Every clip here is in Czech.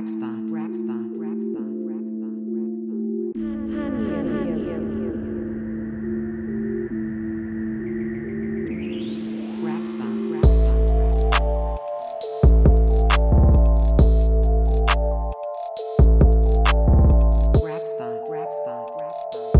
Rap spot, rap spot, rap spot, rap spot, rap spot. Rap spot, rap spot. Rap spot, rap spot, rap spot.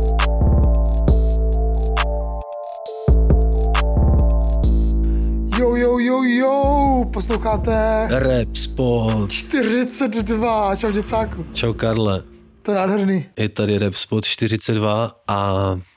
Jo, posloucháte Rap Spot 42, čau děcáku. Čau Karle. To je nádherný. Je tady Rap Spot 42 a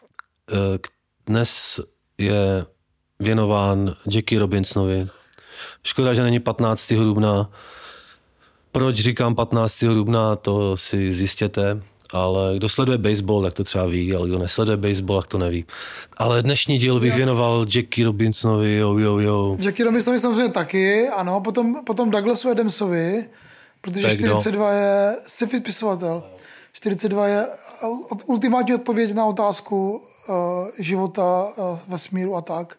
dnes je věnován Jackie Robinsonovi. Škoda, že není 15. dubna. Proč říkám 15. dubna, to si zjistěte, ale kdo sleduje baseball, tak to třeba ví, ale kdo nesleduje baseball, tak to neví. Ale dnešní díl bych věnoval Jackie Robinsonovi, jo. Jackie Robinsonovi samozřejmě taky, ano, potom Douglasu Adamsovi, protože 42 je sci-fi spisovatel. 42 je ultimátní odpověď na otázku života, vesmíru a tak.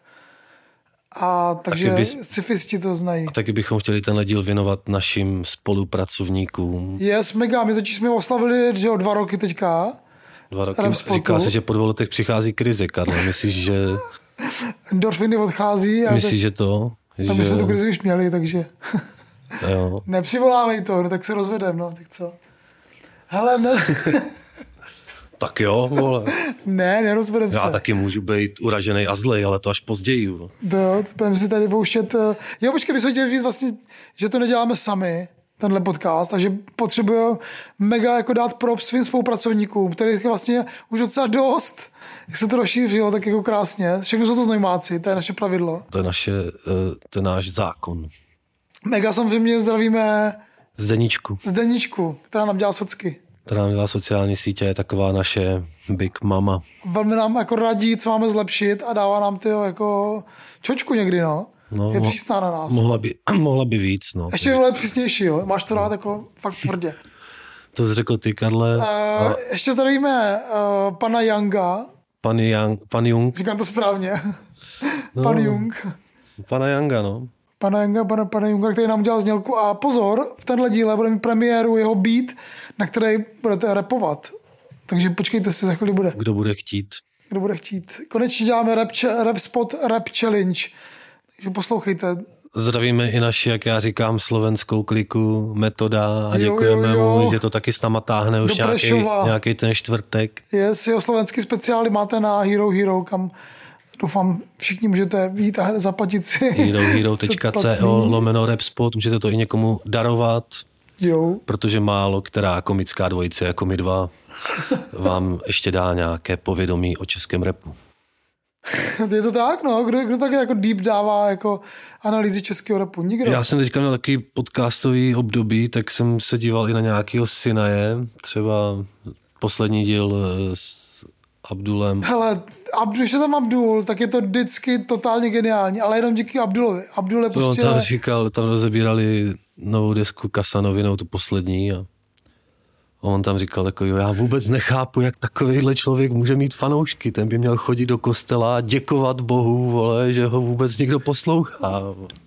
A takže sci-fisti to znají. A taky bychom chtěli tenhle díl věnovat našim spolupracovníkům. Yes, mega, my totiž jsme oslavili 2 roky teďka. 2 roky. Říká se, že po 2 letech přichází krize, Karlo. Myslíš, že... Endorfiny odchází. Myslíš, že to? Tak my jsme tu krizi už měli, takže... Jo. Nepřivolávej to, no, tak se rozvedem, no, tak co? Hele, ne... Tak jo, vole. Ne, nerozvedem se. Já taky můžu být uražený a zlej, ale to až později. To budeme si tady pouštět... Jo, počkej, bychom chtěli říct vlastně, že to neděláme sami, tenhle podcast, a že potřebuje mega jako dát props svým spolupracovníkům, kterých je vlastně už docela dost. Jak se to rozšířilo, tak jako krásně. Všechno jsou to znojmáci, to je naše pravidlo. To je náš zákon. Mega samozřejmě zdravíme Zdeničku, která nám dělá socky. Která nám dělá sociální sítě, je taková naše big mama. Velmi nám jako radí, co máme zlepšit a dává nám ty jako čočku někdy, no. Je přísná na nás. Mohla by víc, no. Ještě je přísnější, jo. Máš to rád jako fakt tvrdě. To jsi řekl ty, Karle. Ještě zdravíme pana Younga. Pan Jung. Říkám to správně. Pan Jung. Pana Younga, no. Pana Junga, který nám udělal znělku. A pozor, v tenhle díle bude mít premiéru jeho beat, na který budete rapovat. Takže počkejte si, za chvíli bude. Kdo bude chtít. Konečně děláme rap spot, rap challenge. Takže poslouchejte. Zdravíme i naši, jak já říkám, slovenskou kliku Metoda a děkujeme mu, že to taky s náma táhne už nějaký ten čtvrtek. Jeho slovenský speciály máte na Hero, kam doufám všichni můžete jít a zaplatit si. herohero.co/rapspot, můžete to i někomu darovat, protože málo která komická dvojice jako my dva vám ještě dá nějaké povědomí o českém rapu. Je to tak, no. Kdo tak jako deep dává jako analýzy českého rapu? Nikdo. Já jsem teďka měl taky podcastový období, tak jsem se díval i na nějakýho Sinaje, třeba poslední díl s Abdulem. Hele, když je tam Abdul, tak je to vždycky totálně geniální, ale jenom díky Abdulovi. Abdul je prostě... On tam říkal, tam rozebírali novou desku Kasanovinou, tu poslední, a on tam říkal jako, já vůbec nechápu, jak takovejhle člověk může mít fanoušky. Ten by měl chodit do kostela a děkovat Bohu, vole, že ho vůbec někdo poslouchá.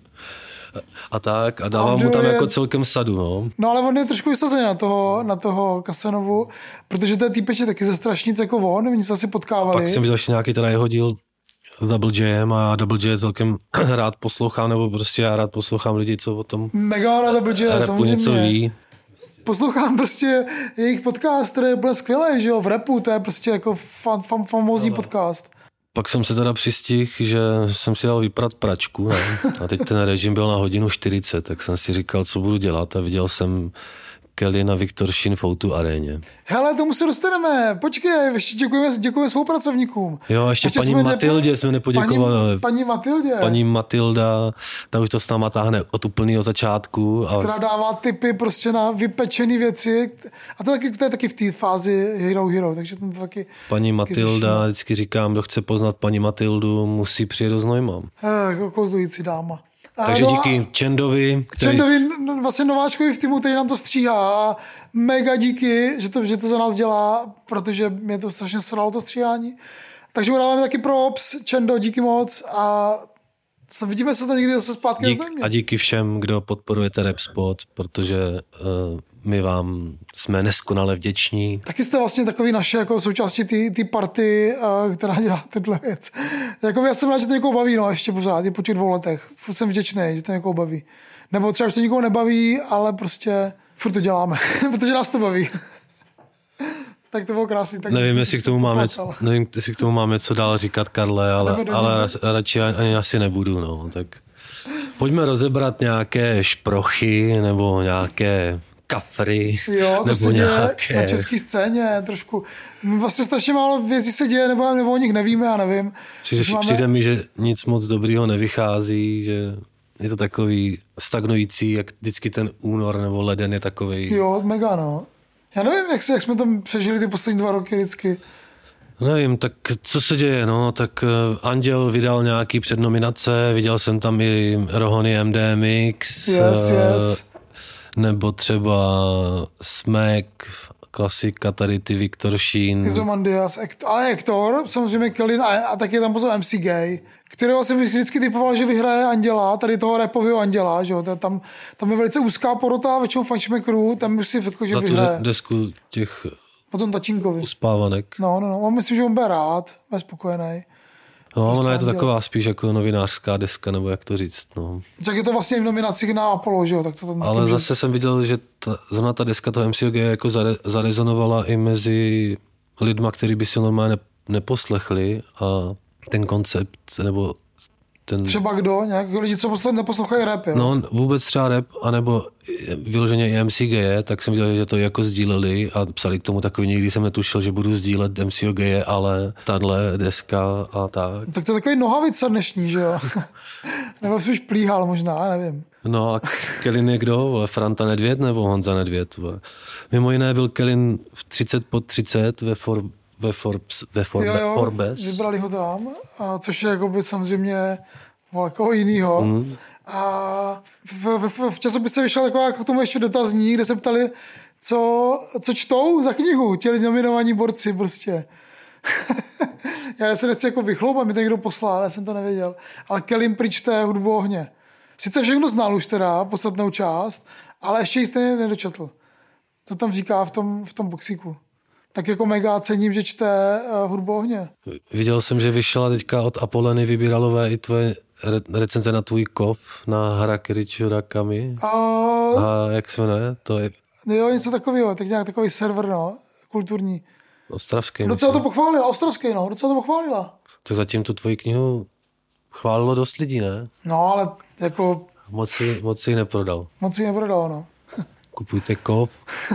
A tak, a dává mu tam jako celkem sadu, no. No ale on je trošku vysazený na toho Kasanovu, protože to je týpeč taky ze Strašnic jako oni se asi potkávali. A pak jsem viděl ještě nějaký teda jeho díl s Double Jem a Double J celkem rád poslouchám, nebo prostě já rád poslouchám lidi, co o tom mega rád Double J, samozřejmě. Něco ví. Poslouchám prostě jejich podcast, který byl skvělý, že jo, v rapu, to je prostě jako famózní podcast. Pak jsem se teda přistihl, že jsem si dal vyprat pračku, ne? A teď ten režim byl na 1:40, tak jsem si říkal, co budu dělat, a viděl jsem Kelly na Viktor Shin v O2 aréně. Hele, tomu se dostaneme, počkej, ještě děkujeme spolupracovníkům. Jo, ještě paní Matildě jsme nepoděkovali. Paní Matilda, ta už to s náma táhne od úplného začátku. Která dává tipy prostě na vypečené věci. A to je taky v té fázi Hero, takže to taky... Paní Matilda, vždycky říkám, kdo chce poznat paní Matildu, musí přijet do Znojma. Kozlující dáma. Takže díky Čendovi. Čendovi, vlastně nováčkovi v týmu, který nám to stříhá. Mega díky, že to za nás dělá, protože mě to strašně sralo to stříhání. Takže mu dáváme taky props. Čendo, díky moc. A Vidíme se tady někdy zase zpátky v A díky všem, kdo podporujete Rap Spot, protože my vám jsme neskonale vděční. Taky jste vlastně takový naše jako součástí ty party, která dělá tyhle věc. Jako já jsem rád, že to někoho baví, no, ještě pořád, i po těch 2 letech. Furt jsem vděčný, že to někoho baví. Nebo třeba, že to nikoho nebaví, ale prostě furt to děláme, protože nás to baví. Tak to bylo krásný. Tak nevím, jestli k tomu máme co dál říkat, Karle, ale radši ani asi nebudu. No. Tak pojďme rozebrat nějaké šprochy nebo nějaké kafry. Jo, co se děje na české scéně trošku. Vlastně strašně málo věcí se děje, nebo o nich nevíme, já nevím. Přijde mi, že nic moc dobrýho nevychází, že je to takový stagnující, jak vždycky ten únor nebo leden je takovej. Jo, mega, no. Já nevím, jak jsme tam přežili ty poslední 2 roky vždycky. Nevím, tak co se děje, no, tak Anděl vydal nějaký přednominace, viděl jsem tam i Rohony MDMX, yes. Nebo třeba Smek, klasika tady ty Viktor Sheen. Izomandias, ale Hector, samozřejmě Kellin a taky je tam pozor MC Gay, kterého jsem vždycky typoval, že vyhraje Anděla, tady toho rapového Anděla, že jo, tam je velice úzká porota, většinou fančmekrů, tam bych si řekl, že vyhraje. Za tu desku těch potom tatínkovi. Uspávanek. No, myslím, že on bude rád, bude spokojený. No, prostě ona je to taková spíš jako novinářská deska, nebo jak to říct, no. Tak je to vlastně v nominacích na Apollo, že jo? Tak to tam ale zase jsem viděl, že zrovna ta deska toho MCOG jako zarezonovala i mezi lidma, kteří by si normálně neposlechli a ten koncept, nebo ten... Třeba kdo? Nějaký lidi, co neposlouchají rap, jo? No, vůbec třeba rap, anebo vyloženě i MCG, tak jsem viděl, že to jako sdíleli a psali k tomu takový, nikdy jsem netušil, že budu sdílet MCG, ale tahle deska a tak. Tak to je takový nohavica dnešní, že jo? Nebo spíš plíhal možná, nevím. No a Kellin je kdo? Franta Nedvěd nebo Honza Nedvěd? Mimo jiné byl Kellin v 30 pod 30 ve Forbes. Vybrali ho tam, což je jako by samozřejmě koho jinýho. A v časopise vyšel taková jako k tomu ještě dotazník, kde se ptali, co čtou za knihu, ti nominovaní borci prostě. Já se nechci jako vychloupat, mi to někdo poslal, já jsem to nevěděl. Ale Kellin přičte Hudbu ohně. Sice všechno znal už teda, podstatnou část, ale ještě ji stejně nedočetl. To tam říká v tom boxíku. Tak jako mega cením, že čte Hudbu ohně. Viděl jsem, že vyšla teďka od Apoleny Vybíralové i tvoje recenze na tvůj kov na Harakiri Churakami. A jak se jmenuje? To je... Jo, něco takového, tak nějak takový server, no, kulturní. Ostravský. Docela to pochválila, Ostravský, no, docela to pochválila. Tak zatím tu tvoji knihu chválilo dost lidí, ne? No, ale jako... Moc si ji neprodal. Moc ji neprodal, no. Kupujte kov.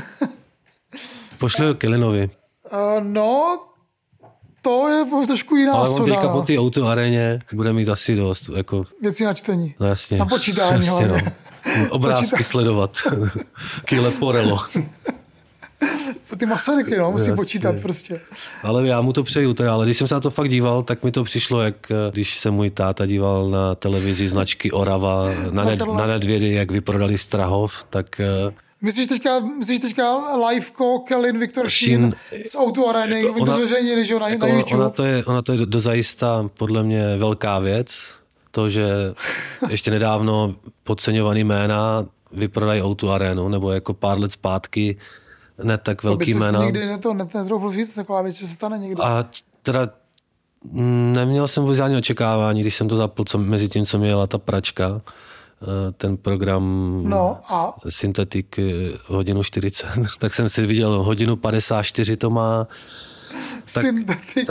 Pošli ho Kellinovi. No, to je trošku jiná ale soda. Ale on teďka po té auto aréně bude mít asi dost. Jako... Věci na čtení. No, jasně. Na počítání jasně, hlavně. No. Obrázky sledovat. Kyle Porello. Ty Masaryky, no, musí počítat prostě. Ale já mu to přeju teda, ale když jsem se na to fakt díval, tak mi to přišlo, jak když se můj táta díval na televizi značky Orava, na Nedvědy, jak vyprodali Strahov, tak... Myslíš teďka liveko Kellin Viktor Sheen z Auto Areny, to zveřejnili, že na YouTube? Ona to je dozajista podle mě velká věc, to, že ještě nedávno podceňovaný jména vyprodají Auto Arenu, nebo jako pár let zpátky ne tak velký jména. To by si nikdy netroufl říct, taková věc, že se stane někdy. A teda neměl jsem vůbec žádné očekávání, když jsem to zapl mezi tím, co mi jela ta pračka, ten program Synthetic hodinu 40, tak jsem si viděl hodinu 54 to má. Synthetic.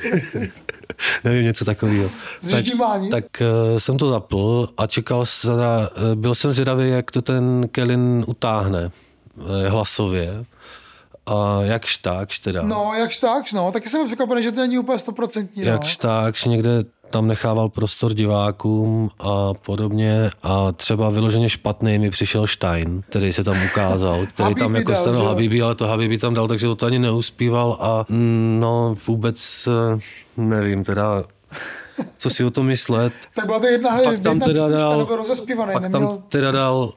Nevím, něco takového. Tak jsem to zapl a byl jsem zvědavý, jak to ten Kellin utáhne hlasově. A jakž takž teda. No, jakž takž, no. Taky jsem překvapený, že to není úplně 100%. No. Jakž takž, někde tam nechával prostor divákům a podobně a třeba vyloženě špatný mi přišel Stein, který se tam ukázal, který tam jako stanul Habibi, ale to Habibi tam dal, takže to ani neuspíval a no vůbec nevím teda, co si o tom myslet. Tak byla to jedna písnička, nebo rozespívaný. Pak tam teda dal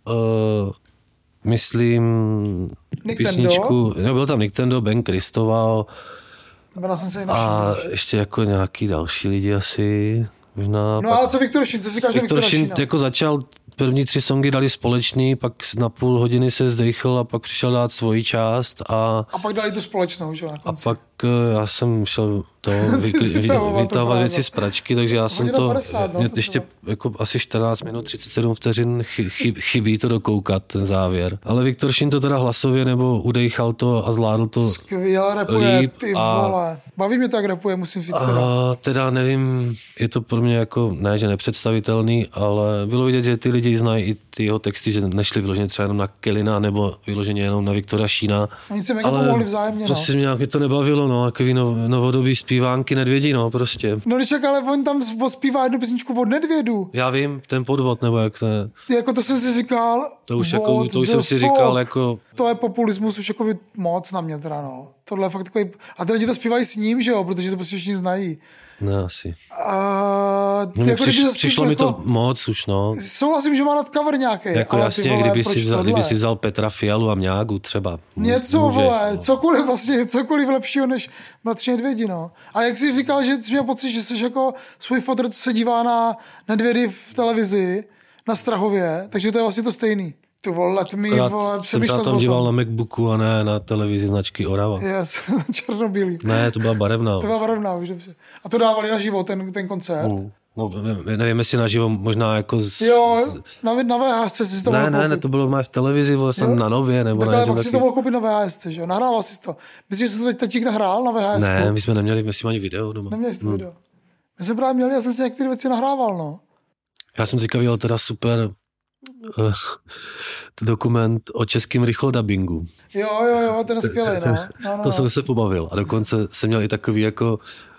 myslím písničku, no, byl tam Nintendo, Ben Kristoval a ještě jako nějaký další lidi asi. Možná No a co Viktor Šín? Co říkáš, že Viktor Viktora Šín Šína? jako začal, první 3 songy dali společný, pak na půl hodiny se zdejchl a pak přišel dát svoji část a A pak dali tu společnou, že jo, na konci. pak já jsem šel Vytahovat to vytahovat věci právo. z pračky, takže já jsem Hodina to, 50, no, mě to ještě třeba. jako asi 14 minut, 37 vteřin chybí to dokoukat, ten závěr. Ale Viktor Šín to teda hlasově nebo udejchal to a zvládl to Skvěle rapuje, líp ty a- vole. Baví mě to, jak rapuje, musím říct teda. a teda nevím, je to pro mě jako, ne, že nepředstavitelný, ale bylo vidět, že ty lidi znají i ty jeho texty, že nešli vyloženě třeba jenom na Kelina nebo vyloženě jenom na Viktora Šína. Oni se mega pomohli vzájemně, no. Prostě mě to nebavilo, no, takový novodobý zpívánky Nedvědí, no, prostě. No když ale on tam zpívá jednu písničku od Nedvědu. Já vím, ten podvod, nebo jak to je. Jako to jsem si říkal. To už, jako, what to už the jsem si fuck? říkal, jako, To je populismus už jako by moc na mě teda, no. Tohle je fakt takový... A ty lidi to zpívají s ním, že jo, protože to prostě všichni znají. ne asi. A ty No, jako kdyby zase přišlo jako, mi to moc už, no. Souhlasím, že má dát cover nějaký, Jako ale jasně, ty vole, kdyby si vzal Petra Fialu a Mňágu třeba. Něco, Můžeš, vole, no. cokoliv lepšího než Bratři Nedvědi, no. Ale jak jsi říkal, že jsi měl pocit, že jsi jako svůj fotr se dívá na Nedvědy v televizi, na Strahově, takže to je vlastně to stejný. Ty vole, let mi, Akorát vole, jsem se přemýšlet na o tom tom. díval na Macbooku a ne na televizi značky Orava. Yes, černobílý. Ne, to byla barevná. To byla barevná, už dobře. A to dávali naživo, ten koncert. No, nevím, jestli naživo, možná jako Jo, na VHS si to mohl koupit. ne, to bylo v televizi, bylo jsem na Nově, nebo Tak na ale něčem pak si to taky. mohl koupit na VHS, že jo? Nahrával si to. Myslíš, že jsi to teď tatík nahrál na VHS? Ne, my jsme neměli, myslím, ani video doma. Neměli jsi to video. My jsme právě měli, já jsem si některé věci nahrával, no. Já jsem teďka viděl teda super dokument o českém rychlodabingu. Jo, ten je skvělý, no. To jsem se pobavil. A dokonce jsem měl i takový jako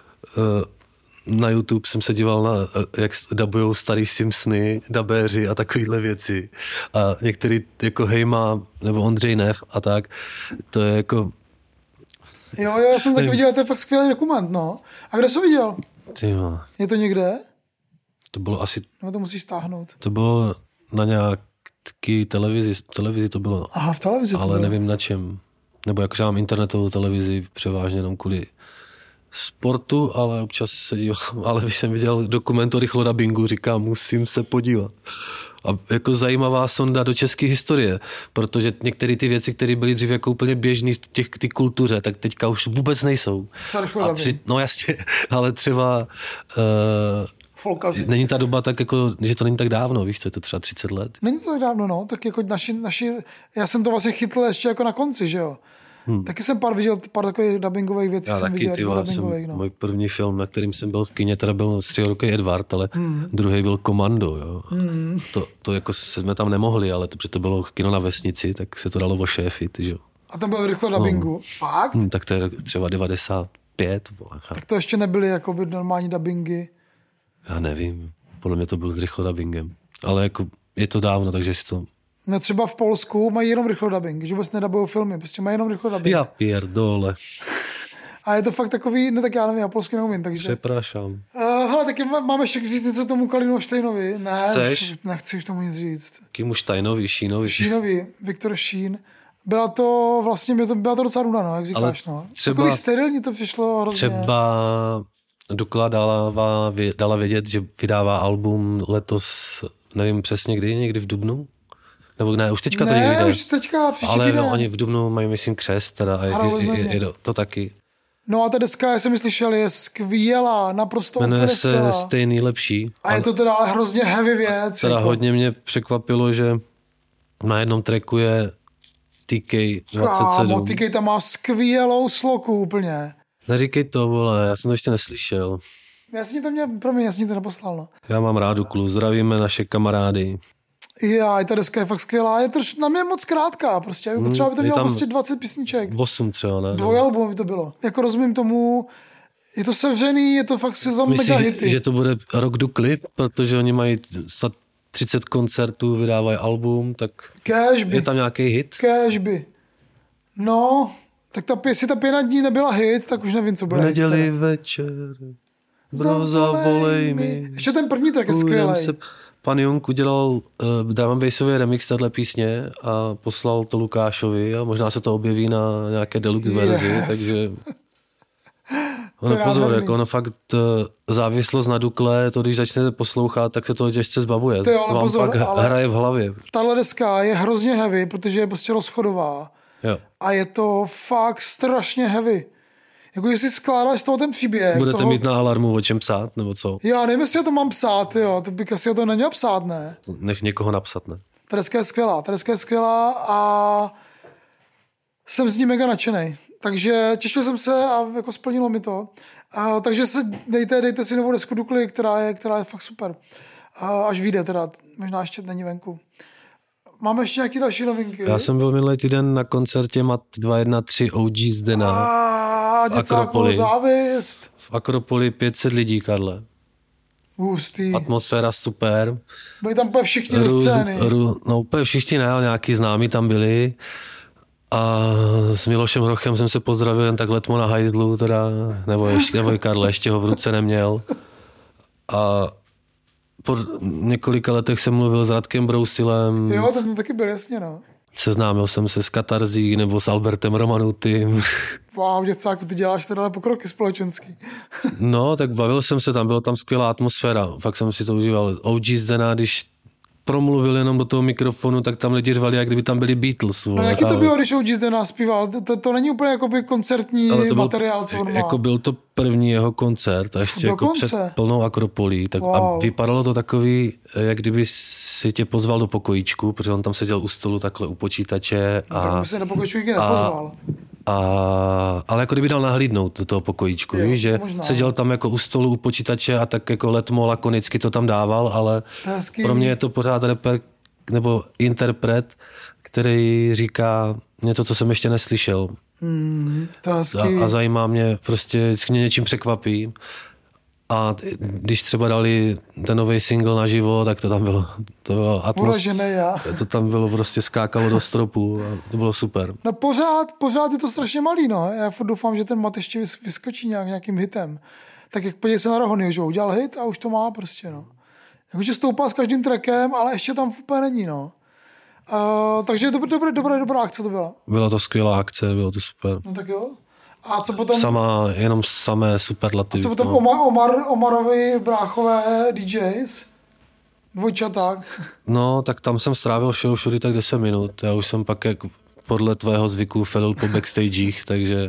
na YouTube jsem se díval na, jak dabujou starý Simpsony, dabéři a takovýhle věci. A některý jako Hejma nebo Ondřej Nech a tak. To je jako... Jo, já jsem tak viděl, to je fakt skvělý dokument, no. A kde jsi ho viděl? Tyjo, Je to někde? to bylo asi... Nebo to musíš stáhnout? To bylo na nějaký televizi to bylo. Aha, v televizi to Ale bylo. nevím na čem. Nebo jakože mám internetovou televizi převážně jenom kvůli sportu, ale občas se dívám. Ale když jsem viděl dokument o rychlodabingu, říkám, musím se podívat. A jako zajímavá sonda do české historie, protože některé ty věci, které byly dřív jako úplně běžné v ty kultuře, tak teďka už vůbec nejsou. Co rychlodabing? No jasně, ale třeba Folkazy. není ta doba tak jako, že to není tak dávno, víš co, je to třeba 30 let. Není to tak dávno, no. Tak jako naši, já jsem to vlastně chytl ještě jako na konci, že jo. Taky jsem viděl pár takových dubbingových věcí, Já jsem taky, viděl, ty vole, dubbingových, no. můj první film, na kterým jsem byl v kině, teda byl Střiorokej Edward, ale druhý byl Komando, jo. To jako jsme tam nemohli, ale protože to bylo kino na vesnici, tak se to dalo ošéfit, že jo. A tam byl v rychlodabingu. Fakt? Tak to je třeba 95, vole, Tak to ještě nebyly jakoby normální dubbingy. já nevím, podle mě to byl s rychlodabingem, ale jako je to dávno, takže si to... No třeba v Polsku mají jenom rychlodabing, že vůbec nedabují filmy, prostě mají jenom rychlodabing. Já pierdole, A je to fakt takový, no tak já nevím, já polsky neumím, takže... přeprašám. Hele, taky máme ještě říct něco tomu Kalinu Štejnovi. Ne, Chceš? nechci už tomu nic říct. Kýmu Štajnovi, Šínovi. Šínovi, Viktor Šín. Byla to vlastně, byla to docela ruda, no, jak říkáš, no. třeba- Takový sterilní to přišlo hrozně. Třeba Dukla dala vědět, že vydává album letos, nevím přesně kdy, někdy v dubnu? Nebo ne, už teďka to někdy Ne, jde. už teďka, příští Ale týden. no, oni v dubnu mají, myslím, křest, teda to taky. No a ta deska, jak jsem ji slyšel, je skvělá, naprosto Jmenuje úplně se skvělá. Stej nejlepší. A je to teda ale hrozně heavy věc. Teda jako. hodně mě překvapilo, že na jednom tracku je TK27. Kámo, TK tam má skvělou sloku úplně. Neříkej to, vole, já jsem to ještě neslyšel. Já si to neposlal, no. Já mám rád Duklu, zdravíme naše kamarády. Já, i ta deska je fakt skvělá. Na mě je moc krátká, prostě. Potřeba by to je mělo tam prostě 20 písniček. 8 třeba, ne? Dvojalbum by to bylo. Jako rozumím tomu, je to sevřený, je to fakt tam mega Myslíš, hity. že to bude rok Dukly, protože oni mají 30 koncertů, vydávají album, tak Cashby. je tam nějaký hit? Cashby. No, tak jestli ta 5 dní nebyla hit, tak už nevím, co bude hit. Neděli teda. večer, bro, zavolej mi. Ještě ten první track je skvělej. Pan Jung udělal drum and bassový remix téhle písně a poslal to Lukášovi a možná se to objeví na nějaké deluxe verzi, Yes. takže Ono pozor, jako ono fakt závislost na Dukle, to když začnete poslouchat, tak se toho těžce zbavuje. To jo, ale vám pozor, pak ale hraje v hlavě. Tahle deska je hrozně heavy, protože je prostě rozchodová. Jo. A je to fakt strašně heavy. Jako jestli skládáš z toho ten příběh. Budete toho... mít na alarmu o čem psát, nebo co? Já nevím, jestli to mám psát, jo. To bych asi o to neměl psát, ne? Nech někoho napsat, ne? Ta deska je skvělá a jsem z ní mega nadšenej. Takže těšil jsem se a jako splnilo mi to. Takže se dejte si novou desku Dukly, která je fakt super. Až vyjde teda, možná ještě není venku. Máme ještě nějaké další novinky? Já jsem byl minulý týden na koncertě MAT 213 OG Zdena v Akropoli. Závist. V Akropoli 500 lidí, Karle. Hustý. Atmosféra super. Byli tam úplně všichni ze scény. No úplně všichni ne, ale nějaký známí tam byli. A s Milošem Hrochem jsem se pozdravil jen tak letmo na hajzlu, teda, nebo Karle, ještě ho v ruce neměl. A po několika letech jsem mluvil s Radkem Brousilem. Jo, to taky byl, jasně, no. Seznámil jsem se s Katarzí nebo s Albertem Romanutym. Wow, děcáku, ty děláš teda pokroky společenský. No, tak bavil jsem se tam, byla tam skvělá atmosféra, fakt jsem si to užíval. OG Zdena, když promluvil jenom do toho mikrofonu, tak tam lidi řvali, jak kdyby tam byli Beatles. No jaký to bylo, když OG Zdena zpíval? To není úplně jakoby koncertní materiál, co on má. Jako byl to první jeho koncert a ještě jako před plnou Akropolí. Tak a vypadalo to takový, jak kdyby si tě pozval do pokojíčku, protože on tam seděl u stolu takhle u počítače. No, tak by se do pokojíčku nikdy nepozval. Ale jako kdyby dal nahlídnout do toho pokojíčku, jo, že seděl tam jako u stolu u počítače a tak jako letmo lakonicky to tam dával, ale pro mě je to pořád rapper nebo interpret, který říká něco, co jsem ještě neslyšel. A zajímá mě, prostě vždycky mě něčím překvapí. A když třeba dali ten nový single naživo, tak to tam bylo to tam bylo prostě skákalo do stropu a to bylo super. No pořád je to strašně malý, no. Já doufám, že ten Mat ještě vyskočí nějakým hitem. Tak jak podívej se na Rohonyho, že udělal hit a už to má prostě, no. Jakože stoupá s každým trackem, ale ještě tam úplně není, no. Takže dobrá akce to byla. Byla to skvělá akce, bylo to super. No tak jo. A co potom? Jenom samé superlativy. A co potom Omarovi bráchové DJs? Dvojčaták. No, tak tam jsem strávil všude tak 10 minut. Já už jsem pak jak podle tvého zvyku felil po backstagech, takže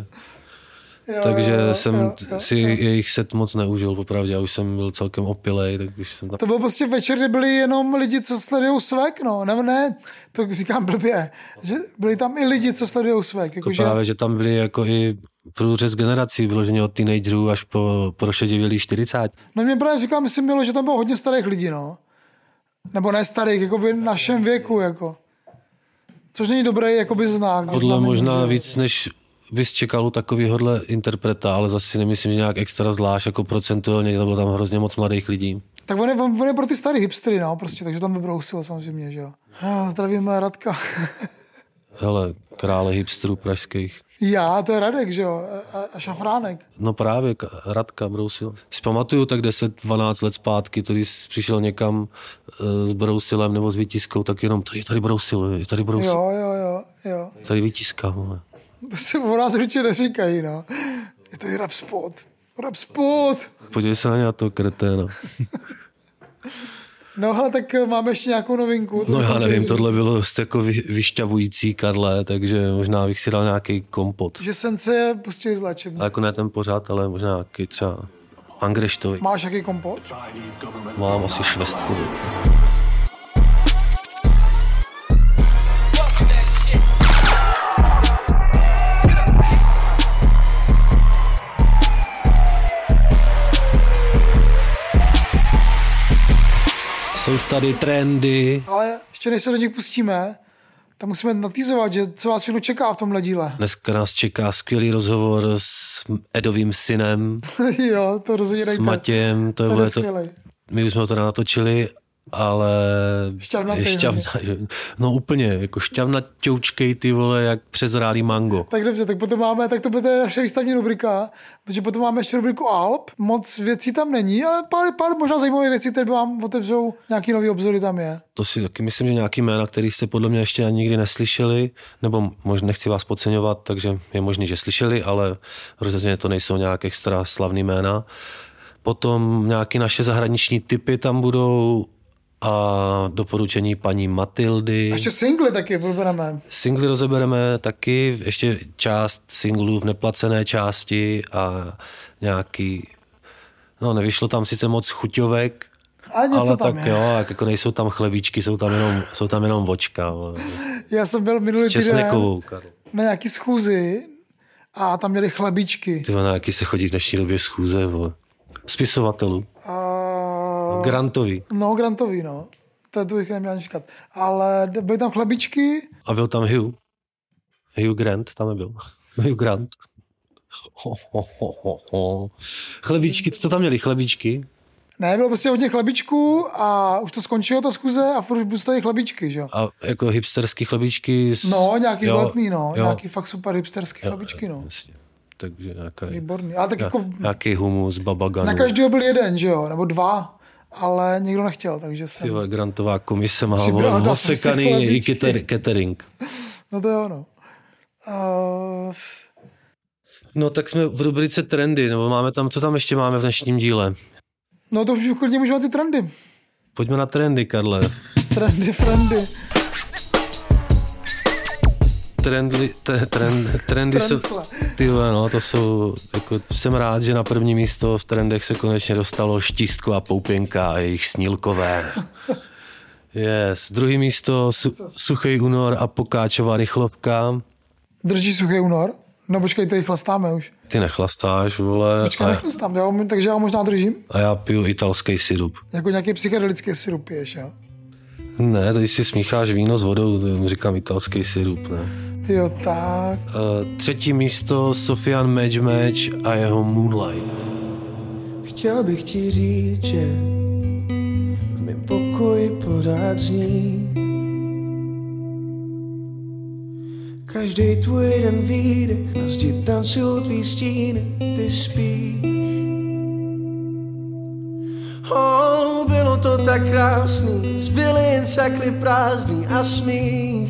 jsem si jejich set moc neužil, popravdě. Já už jsem byl celkem opilej, tak už jsem tam... To byl prostě večer, kde byli jenom lidi, co sledujou Svek, no. Ne, to říkám blbě. Že byli tam i lidi, co sledujou Svek. Jako právě, že tam byli jako i průřez generací, vyloženě od teenagerů až po prošedivělých 40. No mě právě říkám, myslím bylo, že tam bylo hodně starých lidí, no. Nebo ne starých, jakoby v našem věku, jako. Což není dobrý, jakoby znak. Podle možná víc, než bys čekal u takovýhodle interpreta, ale zase nemyslím, že nějak extra zvlášť, jako procentuálně, to bylo tam hrozně moc mladých lidí. Tak on je pro ty starý hipstery, no, prostě, takže tam vybrousil samozřejmě, že jo. Zdravíme Radka. Hele, krále hipsterů pražských. Já, to je Radek, že jo, a Šafránek. No právě, Radka Brousil. Si pamatuju tak 10-12 let zpátky, když přišel někam s Brousilem nebo s Výtiskou, tak jenom tady Brousil. Jo. Tady Výtiska, vole. To se o nás určitě neříkají, no. Je to i rap spot. Podívej se na toho kreténa. No hele, tak máme ještě nějakou novinku. No já nevím, tohle bylo jako vyšťavující, Karle, takže možná bych si dal nějaký kompot. Že Sence je pustili z léčebny. A jako ne ten pořád, ale možná nějaký třeba angreštový. Máš jaký kompot? Mám asi švestkový. Jsou tady trendy. Ale ještě než se do nich pustíme, tak musíme natýzovat, že co vás všechno čeká v tomhle díle. Dneska nás čeká skvělý rozhovor s Edovým synem. Jo, to rozhodně dejte. S Matějem. To je skvělej. My už jsme to natočili ale Šťavnatý, no úplně, jako šťavnaťoučkej, ty vole, jak přezrálý mango. Tak dobře, tak potom máme, tak to bude naše výstavní rubrika, protože potom máme ještě rubriku Alp, moc věcí tam není, ale pár možná zajímavých věcí, které vám otevřou, nějaký nový obzory tam je. To si taky myslím, že nějaký jména, který jste podle mě ještě ani nikdy neslyšeli, nebo možná nechci vás podceňovat, takže je možný, že slyšeli, ale rozhodně to nejsou nějak extra slavný jména. Potom nějaké naše zahraniční typy tam budou a doporučení paní Matildy. A ještě singly taky probereme. Singly rozebereme taky, ještě část singlů v neplacené části a nějaký, no nevyšlo tam sice moc chuťovek, ale ale tam tak je. jo, jako nejsou tam chlebíčky, jsou tam jenom vočka. Já jsem byl minulý týden Česnekovou. na nějaký schůzi a tam měli chlebíčky. Ty na jaký se chodí v dnešní době schůze, vole. Spisovatelů. Grantový. No, grantový, no. To bych neměl ani říkat. Ale byly tam chlebíčky. A byl tam Hugh. Hugh Grant tam nebyl. Hugh Grant. Chlebíčky, co tam měli? Chlebíčky? Ne, bylo prostě hodně chlebíčků a už to skončilo ta schůze a furt byly chlebíčky, že jo? A jako hipsterský chlebíčky? No, nějaký jo, zlatný, no. Jo. Nějaký fakt super hipsterský chlebíčky, no. Jasně. Takže nějaký, Výborný. Ale tak jako nějaký humus, babaganu. na každého byl jeden, že jo? Nebo dva. Ale nikdo nechtěl, takže jsem... Tyhle, grantová komise má Přibrala vole, jsem si osekaný i chlebíčky. catering. No to jo, no. No tak jsme v rubrice trendy, nebo máme tam, co tam ještě máme v dnešním díle? No to už klidně můžeme ty trendy. Pojďme na trendy, Karle. Trendy, friendy. Trendy jsou, Trencle. ty vole, no, to jsou, jako, jsem rád, že na první místo v trendech se konečně dostalo Štístko a Poupěnka a jejich snílkové. Yes. Druhý místo Suchý únor a Pokáčová rychlovka. Drží Suchý únor? No počkej, to jich chlastáme už. Ty nechlastáš, vole. Počkej, nechlastám, takže já možná držím. A já piju italský sirup. Jako nějaký psychedelický sirup piješ, jo? Ne, když si smícháš víno s vodou, to říkám italský sirup, ne. Jo, tak. Třetí místo Sofian Match a jeho Moonlight. Chtěl bych ti říct, že v mém pokoji pořád zní každý tvůj jeden výdech, na zdi tancují tvý stíny, ty spíš. Bylo to tak krásný, zbyly jen sakly prázdný a smích.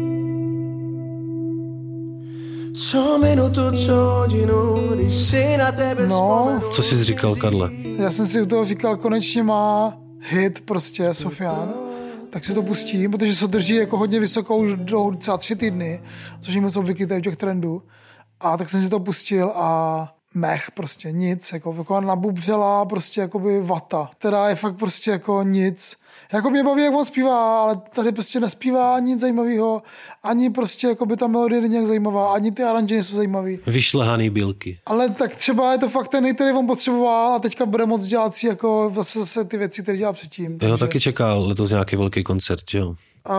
Co minutu, co hodinu, když si na tebe vzpomenu. Co jsi říkal, Karle? Já jsem si u toho říkal, konečně má hit prostě Sofian, tak si to pustím, protože se drží jako hodně vysokou už do třeba 3 týdny, což je moc obvyklý tady u těch trendů. A tak jsem si to pustil a mech prostě, nic, jako nabubřelá prostě jakoby vata, která je fakt prostě jako nic. Jako mě baví, jak on zpívá, ale tady prostě nespívá nic zajímavého, ani prostě jakoby ta melodie není nějak zajímavá, ani ty aranže jsou zajímavý. Vyšlehaný bílky. Ale tak třeba je to fakt ten, který on potřeboval a teďka bude moc dělat si jako zase ty věci, které dělal předtím. Jo, taky čeká letos nějaký velký koncert, jo?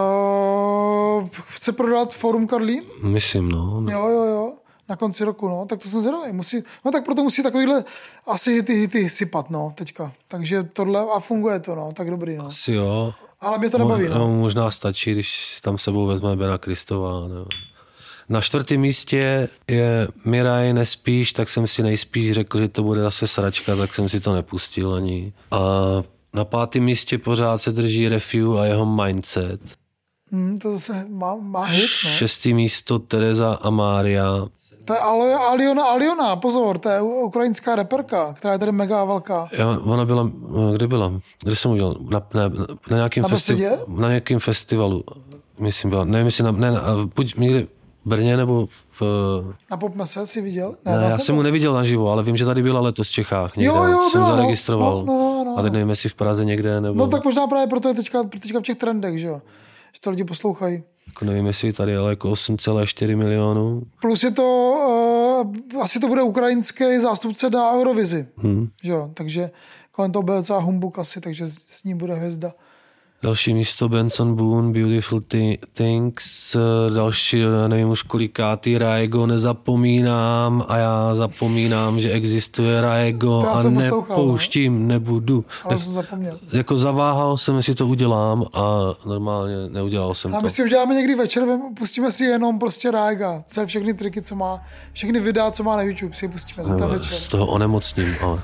Chce prodat Forum Karlín? Myslím, no. Jo. Na konci roku, no, tak to jsem zvědavý. No tak proto musí takovýhle asi hity sypat, no, teďka. Takže tohle a funguje to, no, tak dobrý, no. Asi jo. Ale mě to nebaví, no. Možná stačí, když tam sebou vezme Bena Kristova, no. Na 4. místě je Miraj Nespíš, tak jsem si nejspíš řekl, že to bude zase sračka, tak jsem si to nepustil ani. A na 5. místě pořád se drží Refu a jeho Mindset. To zase má hit, no. 6. místo Tereza a Mária. To je Aliona, pozor, to je ukrajinská reperka, která je tady mega velká. Jo, ona byla, kde byla? Kde jsem udělal? Na nějakém Na nějakém festivalu, myslím byla. Nevím, jestli buď někde v Brně nebo v... Na Popmese jsi viděl? Ne, já jsem mu neviděl naživo, ale vím, že tady byla letos v Čechách. Někde Jo, jsem byla, zaregistroval. No. A teď nevím, jestli v Praze někde, nebo... No tak možná právě proto je teďka v těch trendech, že jo? Že to lidi poslouchají. Jako nevím, jestli tady ale jako 8,4 milionů. Plus je to, asi to bude ukrajinský zástupce na Eurovizi, že jo? Takže kolem toho byl docela humbuk asi, takže s ním bude hvězda. Další místo Benson Boone, Beautiful Things, další, nevím už kolikátý, Raego, Nezapomínám a já zapomínám, že existuje Raego a nepouštím, nebudu. Ale jsem zapomněl. Jako zaváhal jsem, jestli to udělám a normálně neudělal jsem a to. my si uděláme někdy večer, pustíme si jenom prostě Raega, celé všechny triky, co má, všechny videa, co má na YouTube, si je pustíme za ten večer. Z toho onemocním, ale...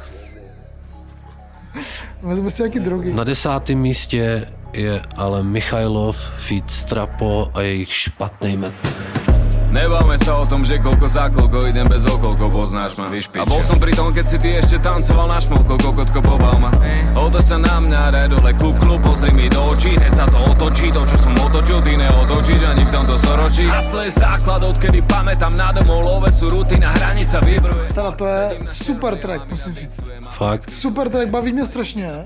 Vezme si jaký drogy. Na 10. místě je ale Michailov, feat. Strapo a jejich Špatnej met. Nebavme sa o tom, že koľko za koľko idem bez okolko, poznáš ma, vyšpička. A bol som pri tom, keď si ty ešte tancoval na šmolko, kokotko, pobal ma. Otoč sa na mňa, daj dole kuklu, pozri mi do očí, hneď sa to otočí, to čo som otočil, ty neotočíš ani v tomto storočí. Hasle je základ, odkedy pamätám na domov, love sú rutina, hranica vybruje. Teda to je super track, musím říct. Fakt? Super track, baví mě strašně.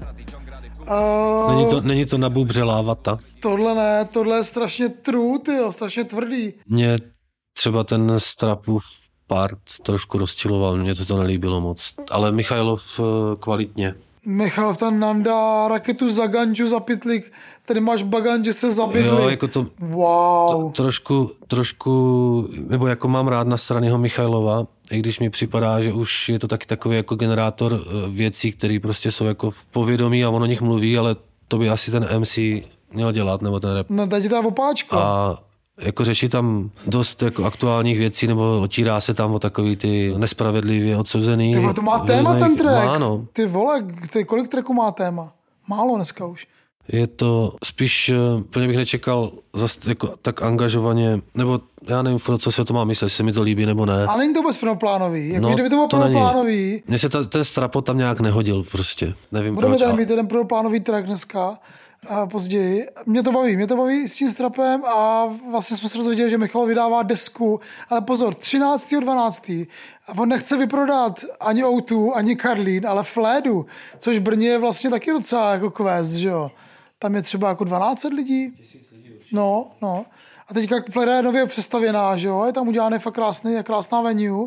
Není to nabubřelá vata? Tohle ne, tohle je strašně true, tyjo, strašně tvrdý. Mě třeba ten Strapův part trošku rozčiloval, mně to nelíbilo moc, ale Michailov kvalitně. Michailov tam nandá raketu za ganžu, za pytlík, tady máš bagan, že se zabydli. Jo, jako to, wow. Trošku, nebo jako mám rád na straného Michailova, i když mi připadá, že už je to taky takový jako generátor věcí, které prostě jsou jako v povědomí a on o nich mluví, ale to by asi ten MC měl dělat, nebo ten rap. No, tady ta opáčka. A jako řeší tam dost jako aktuálních věcí, nebo otírá se tam o takový ty nespravedlivě odsouzený. Ty to má téma ten track. Má, no. Ty vole, kolik tracků má téma? Málo dneska už. Je to spíš, plně bych nečekal zase jako tak angažovaně, nebo já nevím, co si o to má myslet, jestli mi to líbí nebo ne. Ale není to vůbec prvoplánový. Jako, No, kdyby to bylo to není. prvoplánový. Mně se ten Strapo tam nějak nehodil prostě, nevím Budeme proč. tady mít jeden prvoplánový track dneska a později. Mě to baví s tím Strapem a vlastně jsme se dozvěděli, že Michal vydává desku, ale pozor, 13.12. A on nechce vyprodat ani O2, ani Karlín, ale Flédu, což v Brně je vlastně taky docela jako quest, že jo. Tam je třeba jako 12 lidí. No. A teďka Fleda je nově přestavěná, že jo, je tam udělaný fakt krásná venue.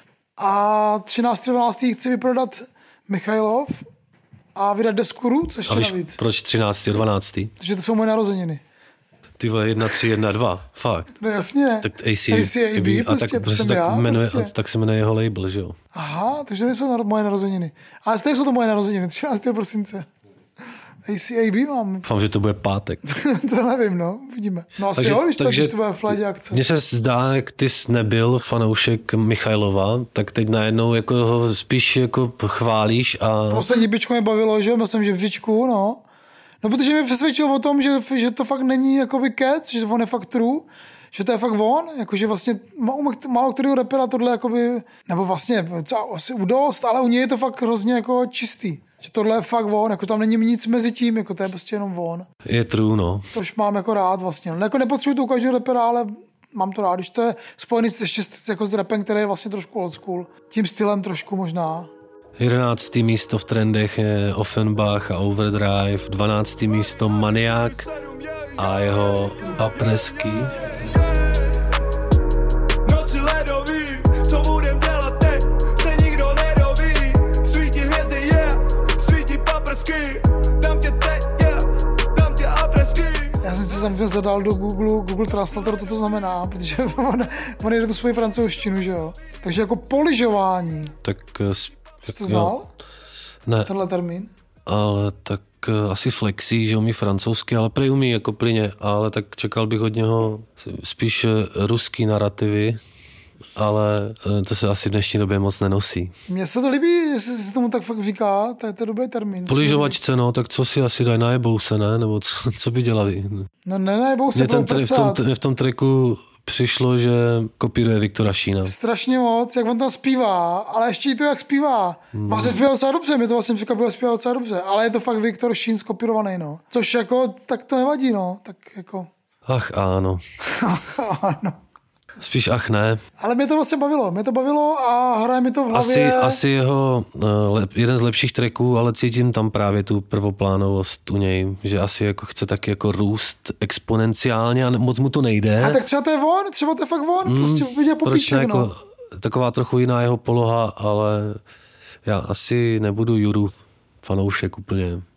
A 13.12. chci vyprodat Michailov a vydat desku Roots ještě A víš, navíc. proč 13.12.? Protože to jsou moje narozeniny. Ty vole, 1, 3, 1, 2, fakt. No jasně. Tak ACAB, a prostě, tak, to jsem tak, já. jmenuje, Prostě. tak se jmenuje jeho label, že jo? Aha, takže nejsou moje narozeniny. Ale stejně jsou to moje narozeniny, 13. prosince. ACAB mám. Doufám, že to bude pátek. To nevím, no, vidíme. No asi Takže- jo, když takže to bude v Flédě akce. Mně se zdá, jak ty jsi nebyl fanoušek Michailova, tak teď najednou jako ho spíš jako chválíš a... Poslední bičko mě bavilo, že měl jsem žebříčku, no. No, protože mě přesvědčil o tom, že to fakt není jakoby kec, že on je fakt true, že to je fakt on, jakože vlastně málo kterého rapera tohle jakoby, nebo vlastně asi udost, ale u něj je to fakt hrozně jako čistý. Že tohle je fakt on, jako tam není nic mezi tím, jako to je prostě jenom on. Je true, no. Což mám jako rád vlastně. No, jako nepotřebuji to u každého rapera, ale mám to rád, když to je spojený ještě jako s rapem, který je vlastně trošku old school. Tím stylem trošku možná. 11. místo v trendech je Offenbach a Overdrive, 12. místo Maniak a jeho Apresky. Noci ledový, co budem dělat teď, se nikdo nedoví. Svítí hvězdy, yeah, svítí paprsky, dám tě teď, yeah, dám tě apresky. Já jsem si samozřejmě zadal do Google Translator, co to znamená, protože on jde tu svoji francouzštinu, že jo. Takže jako poližování. Tak... Jsi to znal? Ne, Tenhle termín? ale tak asi flexí, že umí francouzsky, ale prý umí jako plyně, ale tak čekal bych od něho spíš ruský narrativy, ale to se asi v dnešní době moc nenosí. Mně se to líbí, jestli se tomu tak fakt říká, to je dobrý termín. Poližovačce, no, tak co si asi dají, najebou se, ne? Nebo co by dělali? No nejebou se Mně budou prcat. v tom tracku přišlo, že kopíruje Viktora Šína. Strašně moc, jak on tam zpívá, ale ještě i to, jak zpívá. Vlastně zpívá docela dobře, mě to vlastně překvapilo, zpívá docela dobře, ale je to fakt Viktor Šín skopírovaný, no. Což jako, tak to nevadí, no, tak jako... Ach ano. Ano. Spíš ach ne. Ale mě to vlastně bavilo a hraje mi to v hlavě. Asi jeho jeden z lepších tracků, ale cítím tam právě tu prvoplánovost u něj, že asi jako chce taky jako růst exponenciálně a moc mu to nejde. A tak třeba to je fakt on, prostě vidět Proč popíček, ne, no. jako taková trochu jiná jeho poloha, ale já asi nebudu Jurův fanoušek úplně.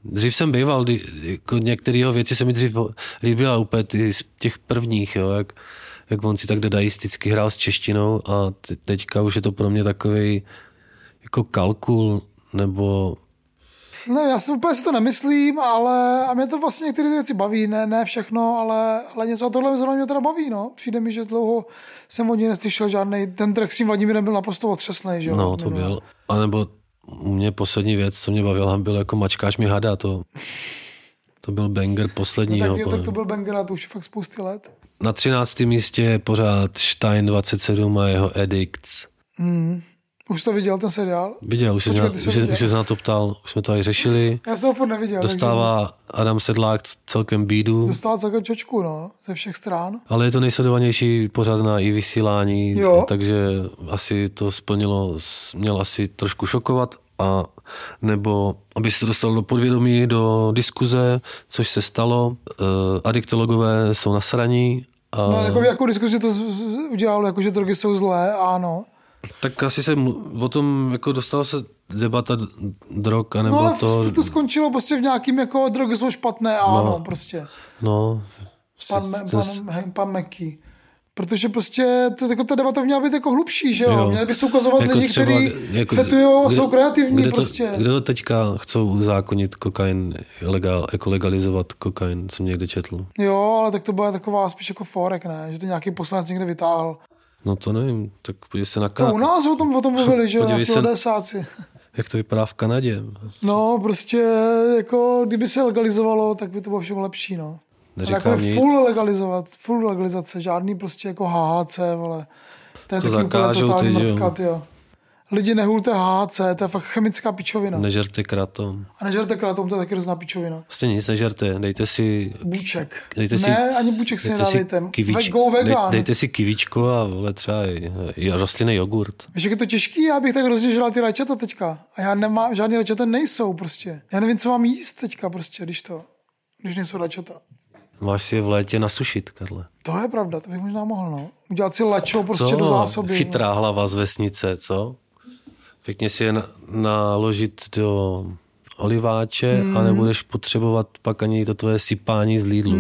Dřív jsem býval, jako některé jeho věci se mi dřív líbila úplně ty z těch prvních, jo, jak on si tak dadaisticky hrál s češtinou a teďka už je to pro mě takovej jako kalkul, nebo... Ne, já si úplně si to nemyslím, ale a mě to vlastně některé věci baví, ne všechno, ale něco a tohle zrovna mě teda baví, no. Přijde mi, že dlouho jsem od něj neslyšel žádnej, ten track s tím Vladimírem byl naprosto otřesnej, že jo. No, to byl. A nebo u mě poslední věc, co mě bavila, byl jako Mačkáš mi hada, to byl banger posledního. No, tak to byl banger a to už je fakt spousty let. Na 13. místě je pořád Stein 27 a jeho Addicts. Už to viděl ten seriál? Viděl, už se na to ptal, už jsme to aj řešili. Já jsem ho furt neviděl. Dostává Adam Sedlák celkem bídu. Dostává celkem čočku, no, ze všech stran. Ale je to nejsledovanější pořád na i vysílání, takže asi to splnilo, měl asi trošku šokovat, a nebo aby se to dostalo do podvědomí, do diskuze, což se stalo. Adiktologové jsou nasraní. No, jako diskuzi to udělalo, jako že drogy jsou zlé, ano. Tak asi se o tom jako dostala se debata drog, anebo no, to... to skončilo prostě v nějakým jako drogy jsou špatné, ano, prostě. No. Pan Meky. Protože prostě jako ta debata měla být jako hlubší, že jo? Měli by se ukazovat jako lidi, kteří jako, fetujou a jsou kreativní prostě. Kde to teďka chcou uzákonit kokain, jako legalizovat kokain, jsem někde četl. Jo, ale tak to byla taková spíš jako forek, ne? Že to nějaký poslanec někde vytáhl. No to nevím, tak podívej se na Kanadu. To u nás o tom mluvili, že jo, nějací odesáci. Jak to vypadá v Kanadě. No, prostě jako kdyby se legalizovalo, tak by to bylo všechno lepší, no. Neříkám jako full legalizace, žádný prostě jako HHC, vole. To je taky úplně totální mrtkat, jo. Lidi nehulte HHC, to je fakt chemická pičovina. Nežerte kratom. A nežerte kratom, to je taky hrozná pičovina. Vlastně nic nežerte, dejte si... Bůček. Ani bůček si nedávejte. Go vegan. Dejte si kivíčko a vole třeba i rostlinný jogurt. Víš, jak je to těžký? Já bych tak hrozně žral ty rajčata teďka. A já nemám, žádný rajčata nejsou prostě. Já nevím, co mám jíst teďka prostě, když nejsou rajčata. Máš si je v létě nasušit, Karle. To je pravda, to bych možná mohl, no. Udělat si lačo prostě do zásoby. Chytrá hlava z vesnice, co? Pěkně si je naložit do oliváče a nebudeš potřebovat pak ani to tvoje sypání z Lidlu.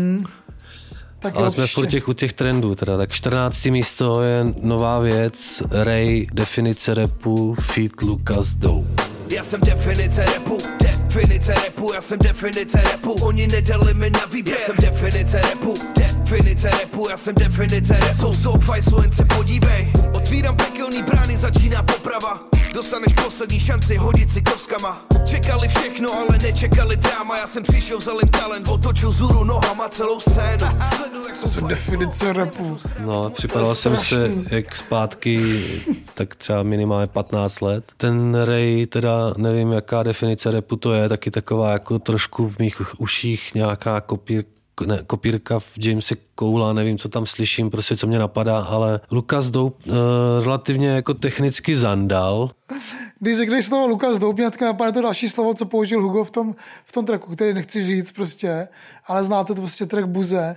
Ale jsme furt u těch trendů teda. Tak 14. místo je nová věc. Ray, definice rapu, feat Lucas Dope. Já jsem definice rapu, já jsem definice rapu. Oni nedali mi na výběr. Já jsem definice rapu, já jsem definice rapu. Jsou fajslu, jen se podívej. Otvírám pekelný brány, začíná poprava. Dostaneš poslední šanci hodit si koskama. Čekali všechno, ale nečekali dráma. Já jsem přišel, vzal jim talent, otočil zůru nohama celou scénu. To jsou definice rapu. No, připadal jsem se jak zpátky, tak třeba minimálně 15 let. Ten Ray, teda nevím, jaká definice rapu to je, taky taková jako trošku v mých uších nějaká kopírka v Jamese Coula, nevím, co tam slyším, prostě co mě napadá, ale Lucas Dope relativně jako technicky zandal. Když řekneš slovo Lucas Dope, mě napadá to další slovo, co použil Hugo v tom tracku, který nechci říct prostě, ale znáte to prostě track Buze.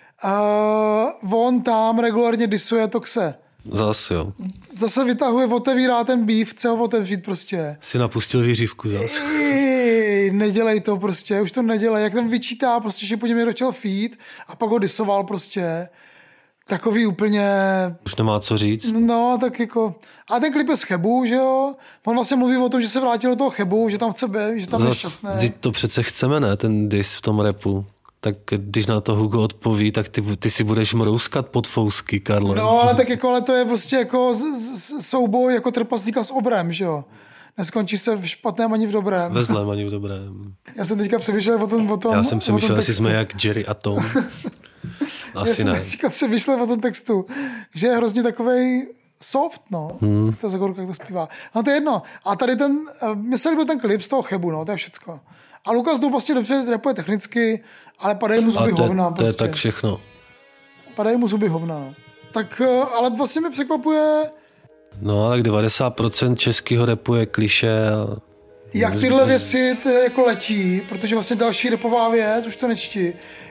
On tam regulárně disuje Toxe. Zase vytahuje, otevírá ten beef, chce ho otevřít prostě. Si napustil výřivku zase. Nedělej to prostě, už to nedělej. Jak tam vyčítá prostě, že po něm někdo chtěl feed a pak ho disoval prostě. Takový úplně... Už nemá co říct. No, tak jako... A ten klip je z Chebu, že jo? On vlastně mluví o tom, že se vrátil do toho Chebu, že tam chce být, že tam je šťastný. To přece chceme, ne? Ten diss v tom rapu. Tak když na to Hugo odpoví, tak ty si budeš mrouskat pod fousky, Karle. No, ale tak jako, ale to je prostě jako souboj jako trpaslíka s obrem, že jo? Neskončí se v špatném ani v dobrém. Ve zlém ani v dobrém. Já jsem teďka přemýšlel o tom Já jsem přemýšlel, jestli jsme jak Jerry a Tom. Asi ne. Já jsem teďka přemýšlel o tom textu, že je hrozně takovej soft, no. Ta Zagorka, jak to zpívá. No to je jedno. A tady mně se líbil ten klip z toho Chebu, no, to je všecko. A Lucas Dope vlastně dobře rapuje technicky, ale padají mu zuby hovna. To je tak všechno. Padají mu zuby hovna, no. Tak, ale vlastně mě překvapuje... No, tak 90% českého rapu je klišé. Jak tyhle věci jako letí, protože vlastně další rapová věc, už to nečti,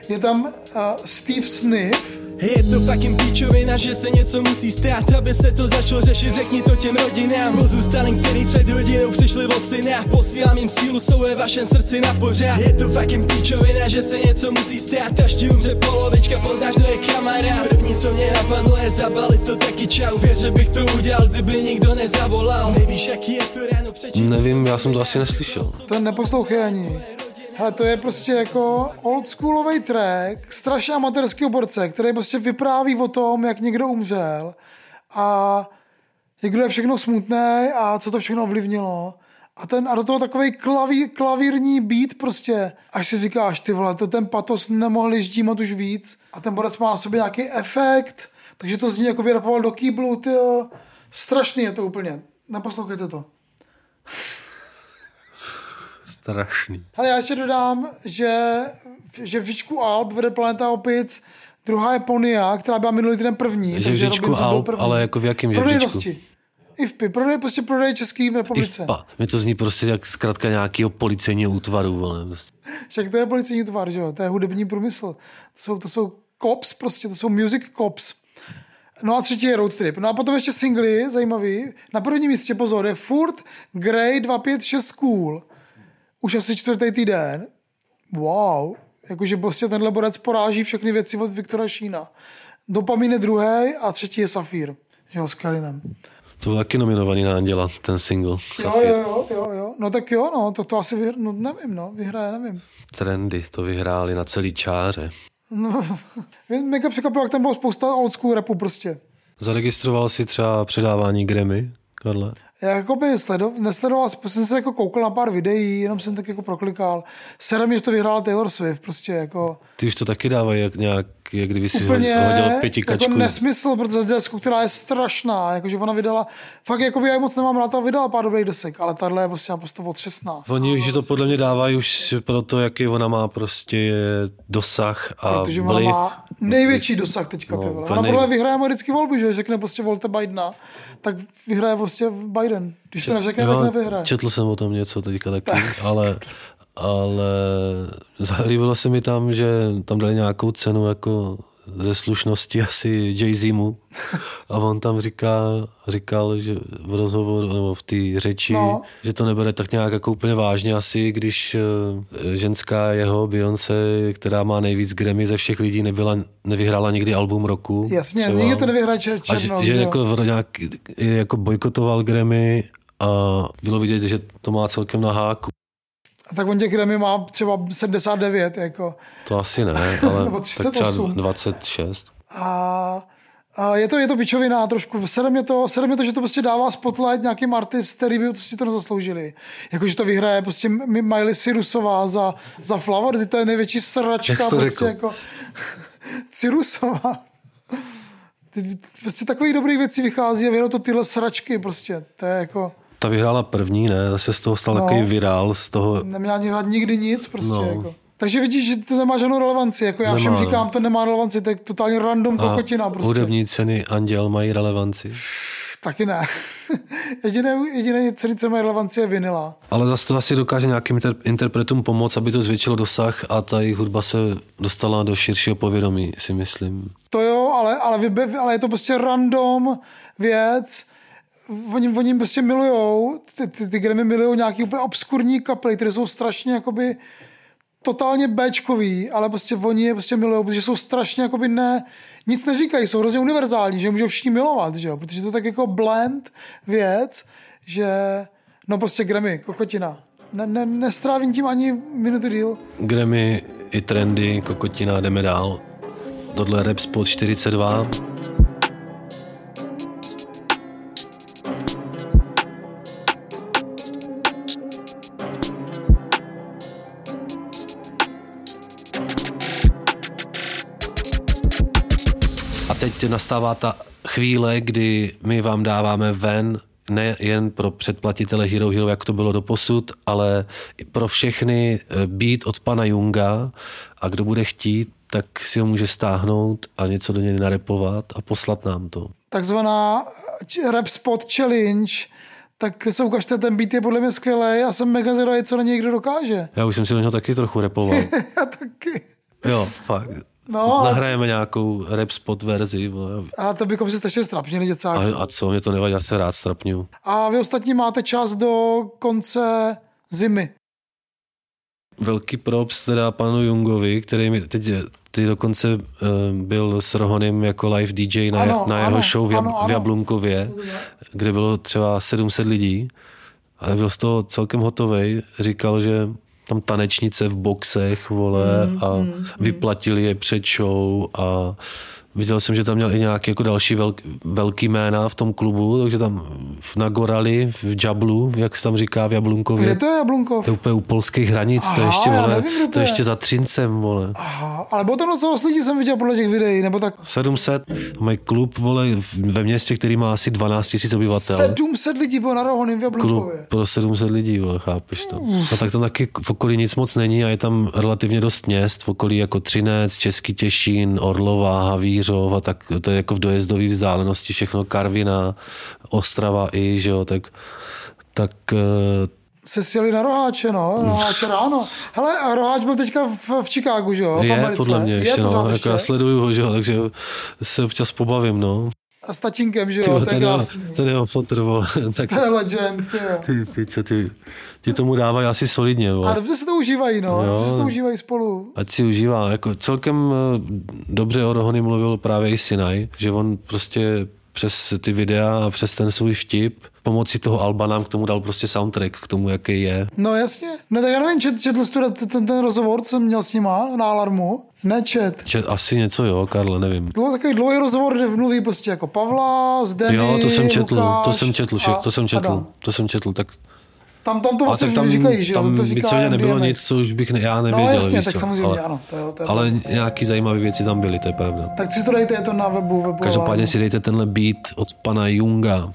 Je tam Steve Sniff. Je to fucking píčovina, že se něco musí stát, aby se to začalo řešit, řekni to těm rodinám. Pozůstalým, který před hodinou přišli o syna, posílám jim sílu, jsou ve vašem srdci na pořád. Je to fucking píčovina, že se něco musí stát, až ti umře polovička, poznáš, kdo je kamarád. První, co mě napadlo, je zabalit to taky čau, věř, že bych to udělal, kdyby nikdo nezavolal. Nevíš, jaký je to ráno přečíst. Nevím, já jsem to asi neslyšel. To neposlouchej ani. Hele, to je prostě jako oldschoolový track, strašně amatérského borce, který prostě vypráví o tom, jak někdo umřel a někdo je všechno smutný a co to všechno ovlivnilo. A do toho takovej klavírní beat prostě, až si říkáš, ty vole, to ten patos nemohli ždímat už víc a ten borec má na sobě nějaký efekt, takže to zní, jako by rapoval do kýblu, tyjo. Strašný je to úplně, neposlouchejte to. Strašný. Hele, já ještě dodám, že v bříčku Alp vede Planeta opic, druhá je Ponia, která byla minulý týden první. Že v bříčku Alp, ale jako v jakém žebříčku? IFPI, prodej český v republice. IFPA, mě to zní prostě jak zkrátka nějakého policejního útvaru. Vole. Však to je policejní útvar, že jo, to je hudební průmysl. To jsou cops prostě, to jsou music cops. No a třetí je Road Trip. No a potom ještě singly, zajímavý. Na prvním místě, pozor, je furt Grey 256 Cool. Už asi 4. týden. Wow. Jakože prostě tenhle borec poráží všechny věci od Viktora Šína. Dopamin je druhý a třetí je Safír. Jo, s Kalinem. To byl taky nominovaný na Anděla, ten single. Safír. Jo. No tak jo, no, to asi vyhraje, nevím. Trendy, to vyhráli na celý čáře. No, mě překvapilo, jak tam bylo spousta old school rapu prostě. Zaregistroval si třeba předávání Grammy, Karle? Já jakoby nesledoval, jsem se jako koukal na pár videí, jenom jsem tak jako proklikal. Sere mě, že to vyhrála Taylor Swift, prostě jako... Ty už to taky dávají jak kdyby si úplně hodil 5 kačku. Jako nesmysl, protože desku, která je strašná, jakože ona vydala, fakt jakoby já moc nemám rád, vydala pár dobrých desek, ale tahle je prostě naprosto otřesná. Oni už to podle mě dávají už pro to, jaký ona má prostě dosah a protože vliv. Ona má největší dosah teďka, ty vole. Ona podle mě vyhraje americký volby, že řekne prostě volte Bidena, tak vyhraje prostě Biden. Když to neřekne, tak nevyhraje. Četl jsem o tom něco teďka taky, ale zalíbilo se mi tam, že tam dali nějakou cenu jako ze slušnosti asi Jay-Zmu a on tam říkal, že v rozhovoru nebo v té řeči, že to nebere tak nějak jako úplně vážně asi, když ženská jeho Beyoncé, která má nejvíc Grammy ze všech lidí, nevyhrála nikdy album roku. Jasně, nikdy to nevyhraje černou. Že jako nějak jako bojkotoval Grammy a bylo vidět, že to má celkem na háku. A tak on těch Grammy má třeba 79, jako. To asi ne, ale nebo 38. tak třeba 26. A je to pičovina trošku. Sere mě to, že to prostě dává spotlight nějakým artist, který by si to nezasloužili. Jakože to vyhraje prostě Miley Cyrusová za Flower, to je největší sračka. Prostě jako Cyrusová. Prostě takových dobrých věcí vychází a vyhrou to tyhle sračky prostě. To je jako... Ta vyhrála první, ne? Zase z toho stal takový virál z toho... Neměla ani hrát nikdy nic prostě jako. Takže vidíš, že to nemá žádnou relevanci. Jako já všem říkám, to nemá relevanci, to je totálně random kokotina prostě. Hudební ceny Anděl mají relevanci. Taky ne. Jediné ceny, co mají relevanci, je vinila. Ale zase to asi dokáže nějakým interpretům pomoct, aby to zvětšilo dosah a ta jejich hudba se dostala do širšího povědomí, si myslím. To jo, ale je to prostě random věc. Oni prostě milujou, ty Grammy milujou nějaký úplně obskurní kapely, které jsou strašně jakoby totálně béčkový, ale prostě oni je prostě milujou, protože jsou strašně jakoby nic neříkají, jsou hrozně univerzální, že můžou všichni milovat, že jo, protože to je tak jako blend věc, že no prostě Grammy, kokotina. Nestrávím tím ani minutu díl. Grammy i trendy, kokotina, jdeme dál. Tohle Rap Spot 42. A teď nastává ta chvíle, kdy my vám dáváme ven nejen pro předplatitele Hero Hero, jak to bylo doposud, ale i pro všechny beat od pana Junga a kdo bude chtít, tak si ho může stáhnout a něco do něj narepovat a poslat nám to. Takzvaná Rap Spot Challenge, tak se ukažte, ten beat je podle mě skvělý a jsem mega zvědavý, co na něj někdo dokáže. Já už jsem si do něho taky trochu repoval. Já taky. Jo, fakt. No, Nahrajeme nějakou rap spot verzi. A to bychom si strašně strapnili, děcáky. A co, mě to nevadí, já se rád strapňuju. A vy ostatní máte čas do konce zimy. Velký props teda panu Jungovi, který mi teď dokonce byl s Rohonem jako live DJ na jeho show v Jablunkově, kde bylo třeba 700 lidí a byl z toho celkem hotovej. Říkal, že tam tanečnice v boxech, vole, a vyplatili je před show a viděl jsem, že tam měl i nějaký jako další velký jména v tom klubu, takže tam na Gorali, v Džablu, jak se tam říká v Jablunkově. Kde to je Jablunkov? To je úplně u polských hranic, Aha, to je ještě, vole, nevím, to je ještě za Třincem, vole. Aha, ale bylo tam docela lidí, jsem viděl podle těch videí, nebo tak... 700, mají klub, vole, ve městě, který má asi 12 000 obyvatel. 700 lidí bylo na Rohonym v Jablunkově. Klub pro 700 lidí, vole, chápeš to. No tak tam taky v okolí nic moc není a je tam relativně dost měst, v okolí jako Třinec, Český Těšín, Orlová, Havířov a tak to je jako v dojezdové vzdálenosti všechno, Karviná, Ostrava i, že jo, tak se sjeli na Roháče, no, na Roháče ráno. Hele, a Roháč byl teďka v Chicagu, že jo, v Americe. Podle mě ještě, no, jako já sleduju ho, že jo, takže se občas pobavím, no. A s tatínkem, že jo, to je krásný. Ten jeho fotr, vole. Tak, to je legend, ty jo. Ty piče, ti tomu dávají asi solidně, vole. A dobře se to užívají, no, dobře se to užívají spolu. Ať si užívá, jako celkem dobře o Rohony mluvil právě i Sinaj, že on prostě přes ty videa a přes ten svůj vtip pomocí toho alba nám k tomu dal prostě soundtrack k tomu, jaký je. No jasně. No tak já nevím, četl jsi ten rozhovor, co jsem měl s nima na Alarmu? Nečet. Asi něco jo, Karle, nevím. Takový dlouhý rozhovor, kde mluví prostě jako Pavla, Zdeny, Jo, to jsem četl, Lukáš, to jsem četl, tak... Tam to vlastně říkají, že jo? Tam to říká víceméně nebylo nic, co už bych já nevěděl. No jasně, víš, tak samozřejmě ano. To je ale nějaký zajímavé věci tam byly, to je pravda. Tak si to dejte, je to na webu. Každopádně si dejte tenhle beat od pana Junga.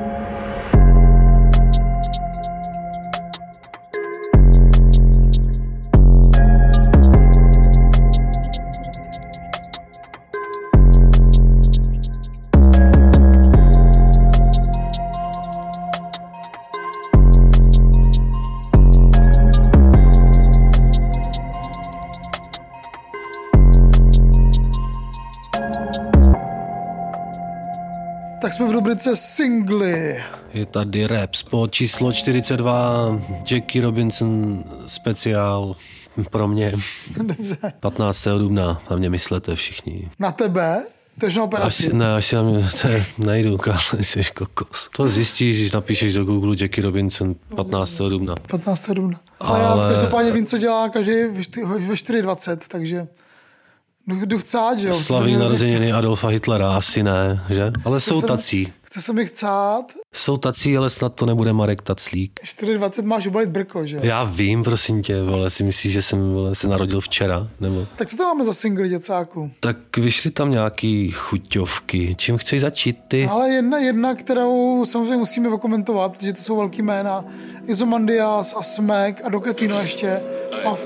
Tak jsme v rubrice singly. Je tady rap spot číslo 42, Jackie Robinson speciál pro mě. Dobře. 15. dubna, na mě myslete všichni. Na tebe? To je na operaci. Až si na mě najdu, Karle, jsi kokos. To zjistíš, když napíšeš do Google Jackie Robinson 15. dubna. 15. dubna. Ale já každopádně vím, co dělá každý ve 4:20, takže jdu chcát, že jo. Slaví narozeniny Adolfa Hitlera, asi ne, že? Ale jsou tací. Chce se mi chcát. Jsou tací, ale snad to nebude Marek Taclík. 4:20 máš ubalit brko, že? Já vím, prosím tě, vole, si myslíš, že jsem se narodil včera, nebo? Tak co to máme za singly, děcáku? Tak vyšly tam nějaký chuťovky. Čím chceš začít ty? Ale jedna, kterou samozřejmě musíme okomentovat, protože to jsou velký jména. Izomandias a Smek a Doketino ještě. Paf.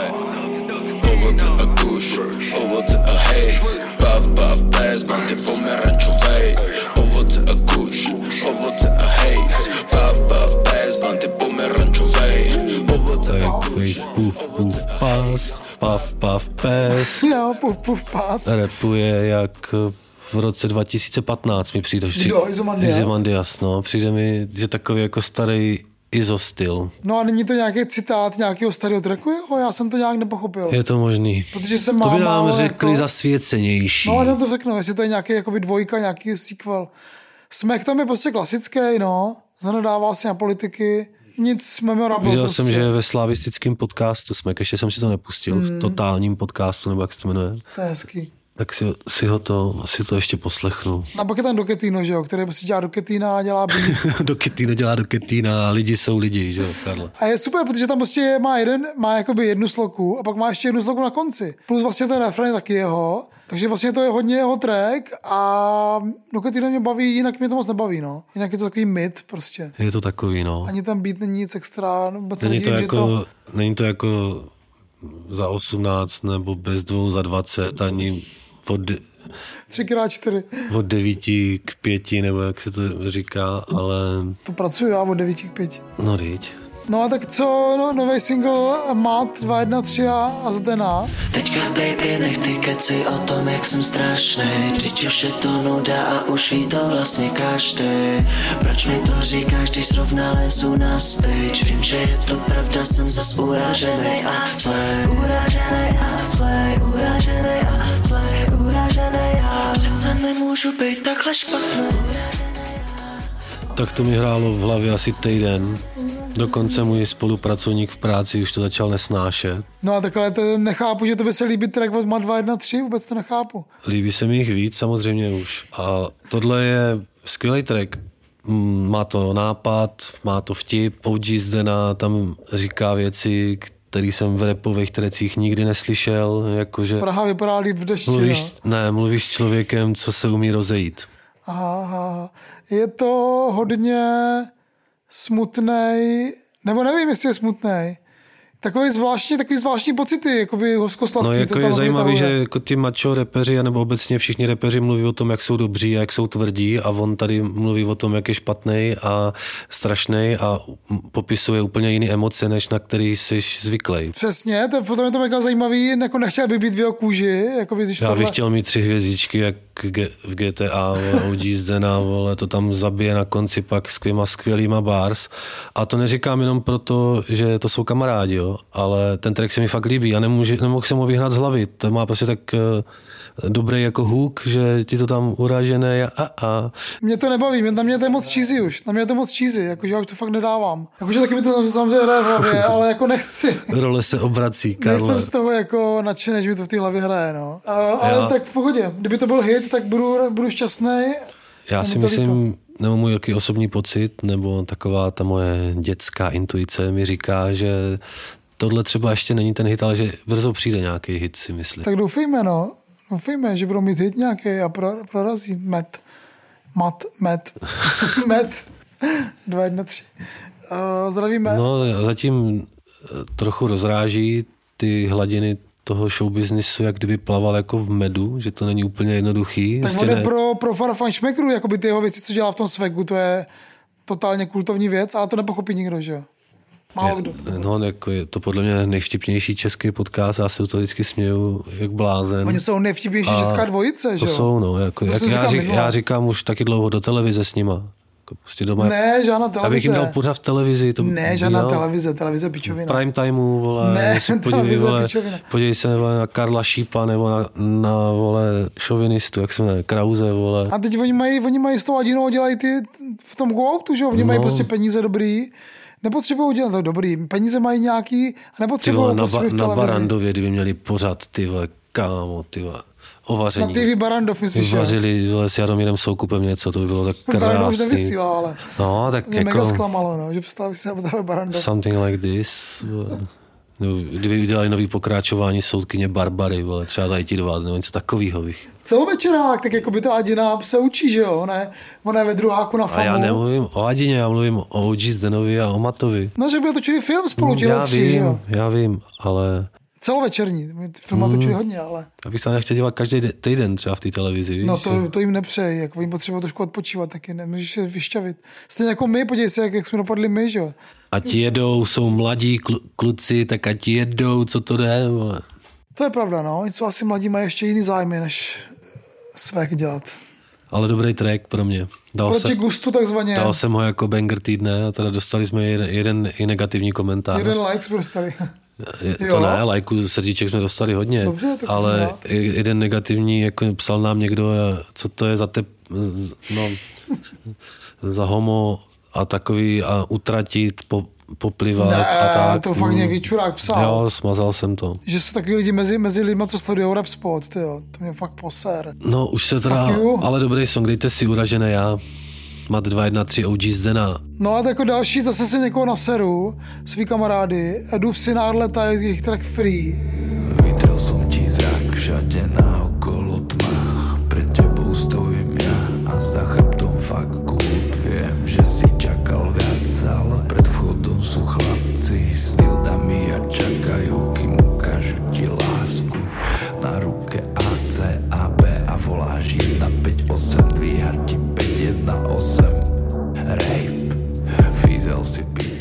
Ovoce a haze, puff, bez, mám ty pomerančovej. Ovoce a kuš, ovoce a haze, puff, bez, mám ty pomerančovej. To je takový puf, pas, pes. Jo, puf, pas. Rapuje jak v roce 2015 mi přijde. Izomandias, no. Přijde mi, že takový jako starý Izo styl. No a není to nějaký citát nějakého starého tracku? Jo, já jsem to nějak nepochopil. Je to možný. Protože jsem to by nám řekli jako zasvěcenější. No, to řeknu, jestli to je nějaký jakoby dvojka, nějaký sequel. Smek tam je prostě klasický, no. Zanadává si na politiky. Nic memorable. Viděl prostě. jsem, že ve slavistickém podcastu Smek, ještě jsem si to nepustil, v totálním podcastu, nebo jak se to jmenuje. To je hezký. Tak si to ještě poslechnu. A pak je tam Doketino, že jo, který prostě dělá Doketina a dělá beat. Doketino dělá Doketina a lidi jsou lidi, že jo, Karle. A je super, protože tam prostě má jakoby jednu sloku a pak má ještě jednu sloku na konci. Plus vlastně ten refrén je taky jeho, takže vlastně to je hodně jeho track a Doketino mě baví, jinak mě to moc nebaví, no. Jinak je to takový mid prostě. Je to takový, no. Ani tam beat není nic extra, no, není to jako za 18 nebo bez 2 za 20, ani od 3x4. Od 9 k 5, nebo jak se to říká, ale... To pracuju já od 9 k 5. No, teď. No a tak co nový single Mat 213 a Zdena? Teďka baby nech ty keci o tom, jak jsem strašnej. Vždyť už je to nuda a už ví to vlastně každý. Proč mi to říkáš, když zrovna lezu na stage? Vím, že je to pravda, jsem zas uraženej a zlej. Uraženej a zlej, uraženej a zlej, uraženej a přece nemůžu být takhle špatný. Tak to mi hrálo v hlavě asi týden. Dokonce můj spolupracovník v práci už to začal nesnášet. No a takhle to nechápu, že to by se líbí track od Mat 213, vůbec to nechápu. Líbí se mi jich víc, samozřejmě už. A tohle je skvělý track. Má to nápad, má to vtip. OG Zdena tam říká věci, které jsem v rapových trecích nikdy neslyšel. Jakože Praha vypadá líp v dešti. mluvíš s člověkem, co se umí rozejít. Aha. Je to hodně smutnej, nebo nevím, jestli je smutnej. Takový zvláštní pocity, jakoby hořkosladký. No jako to je tam zajímavý, vytahuje. že jako ty macho repeři, nebo obecně všichni repeři mluví o tom, jak jsou dobří a jak jsou tvrdí a on tady mluví o tom, jak je špatnej a strašnej a popisuje úplně jiné emoce, než na který jsi zvyklý. Přesně, potom je to mega zajímavý, jako nechtěl by být v jeho kůži. Jakoby, když Já bych chtěl mít 3 hvězdičky, jak v GTA, OG Zdena, vole, to tam zabije na konci pak skvělýma bars. A to neříkám jenom proto, že to jsou kamarádi, jo, ale ten track se mi fakt líbí a nemohl jsem ho vyhnat z hlavy. To má prostě tak dobrý jako hook, že ti to tam urážené a. Mě to nebaví, na mě to je moc cheesy už. Na mě je to moc cheesy, jakože já už to fakt nedávám. Jakože taky mi to samozřejmě hraje v hlavě, ale jako nechci. Role se obrací, Karle. Nejsem z toho jako nadšený, že mi to v té hlavě hraje, no. Ale tak v pohodě. Kdyby to byl hit, tak budu šťastný. Já si myslím, nebo můj jaký osobní pocit, nebo taková ta moje dětská intuice mi říká, že tohle třeba ještě není ten hit, ale že brzo přijde nějaký hit, si myslím. Tak doufejme, no. Doufejme, že budou mít hit nějaký a prorazí Met 213. Zdravíme. No, zatím trochu rozráží ty hladiny toho showbiznisu, jak kdyby plaval jako v medu, že to není úplně jednoduchý. Tak on je pro fanšmekru, jakoby ty jeho věci, co dělá v tom Swagu, to je totálně kultovní věc, ale to nepochopí nikdo, že jo? Málo kdo. No, jako je to podle mě nejvtipnější český podcast, já se to vždycky směju jak blázen. Oni jsou nejvtipnější česká dvojice, že jo? To jsou, no. Jako, já říkám už taky dlouho do televize s nima. Prostě doma. Ne, žádná televize. Abych jim dal pořád v televizi. Ne, žádná televize pičovina. V prime timeu, vole. Ne, televize pičovina. Podívej se vole, na Karla Šípa nebo na vole, šovinistu, jak se jmenuje, Krause, vole. A teď oni mají s tou Adinou, dělají ty v tom go-outu, že jo? Oni mají prostě peníze dobrý. Nepotřebují dělat to dobrý. Peníze mají nějaký a nepotřebují na Barandově, kdyby měli pořád ty vole, kámo, ty vole. Ovaření. Na TV Barandov, myslíš, vařili s Jaromírem Soukupem něco, to by bylo tak krásný. Barandov už nevysílá, ale no, tak mě jako, mega zklamalo, no, že představí se Barandov. Something like this. No, kdyby udělali nový pokračování Soudkyně Barbary, vole, třeba tady ti dva, nebo něco takovýho. Celovečerák, tak jako by ta Adina se učí, že jo, ne? Ona je ve druháku na FAMu. A já nemluvím o Adině, já mluvím o OG Zdenovi a o Matovi. No, že by točili film spolu, tři, že jo? Já vím, ale celovečerní, film točili hodně, ale já bych se nechtěl dívat každý týden třeba v té televizi, víš? No to jim nepřeji, jako jim potřebují trošku odpočívat, taky nemůžeš se vyšťavit. Stejně jako my, podívej se, jak jsme dopadli my, že jo? Ať jedou, jsou mladí kluci, tak ať jedou, co to jde, vole. To je pravda, no, oni jsou asi mladí, mají ještě jiný zájmy, než svek dělat. Ale dobrý track pro mě. Proti gustu takzvaně. Dal jsem ho jako banger týdne a teda dostali jsme jeden i negativní komentář. Jeden like jsme dostali. To ne, lajku, srdíček jsme dostali hodně. Dobře, tak ale jeden negativní, jako psal nám někdo, co to je za za homo a takový a utratit, poplivat a tak. To fakt nějaký čurák psal. Jo, smazal jsem to. Že jsou takový lidi mezi lidma, co sledujou rap spot, tyjo. To mě fakt poser. No už se teda, ale dobrý song, dejte si Uražené já. Mat 213 OG Zdena. No a jako další zase se někoho naseru, svý kamarády, Edův syn Arleta je jejich track Free. Vytrel som ti zrak všade naokolo tma, pred tebou stojím ja a za chrbtom fakult. Viem, že si čakal viac, ale pred vchodom sú chlapci s dildami a čakajú, kým ukážu ti lásku. Na ruke A, C a B a voláš 158, dvíha ti 518. Rape, Fizel si pýta. Proč by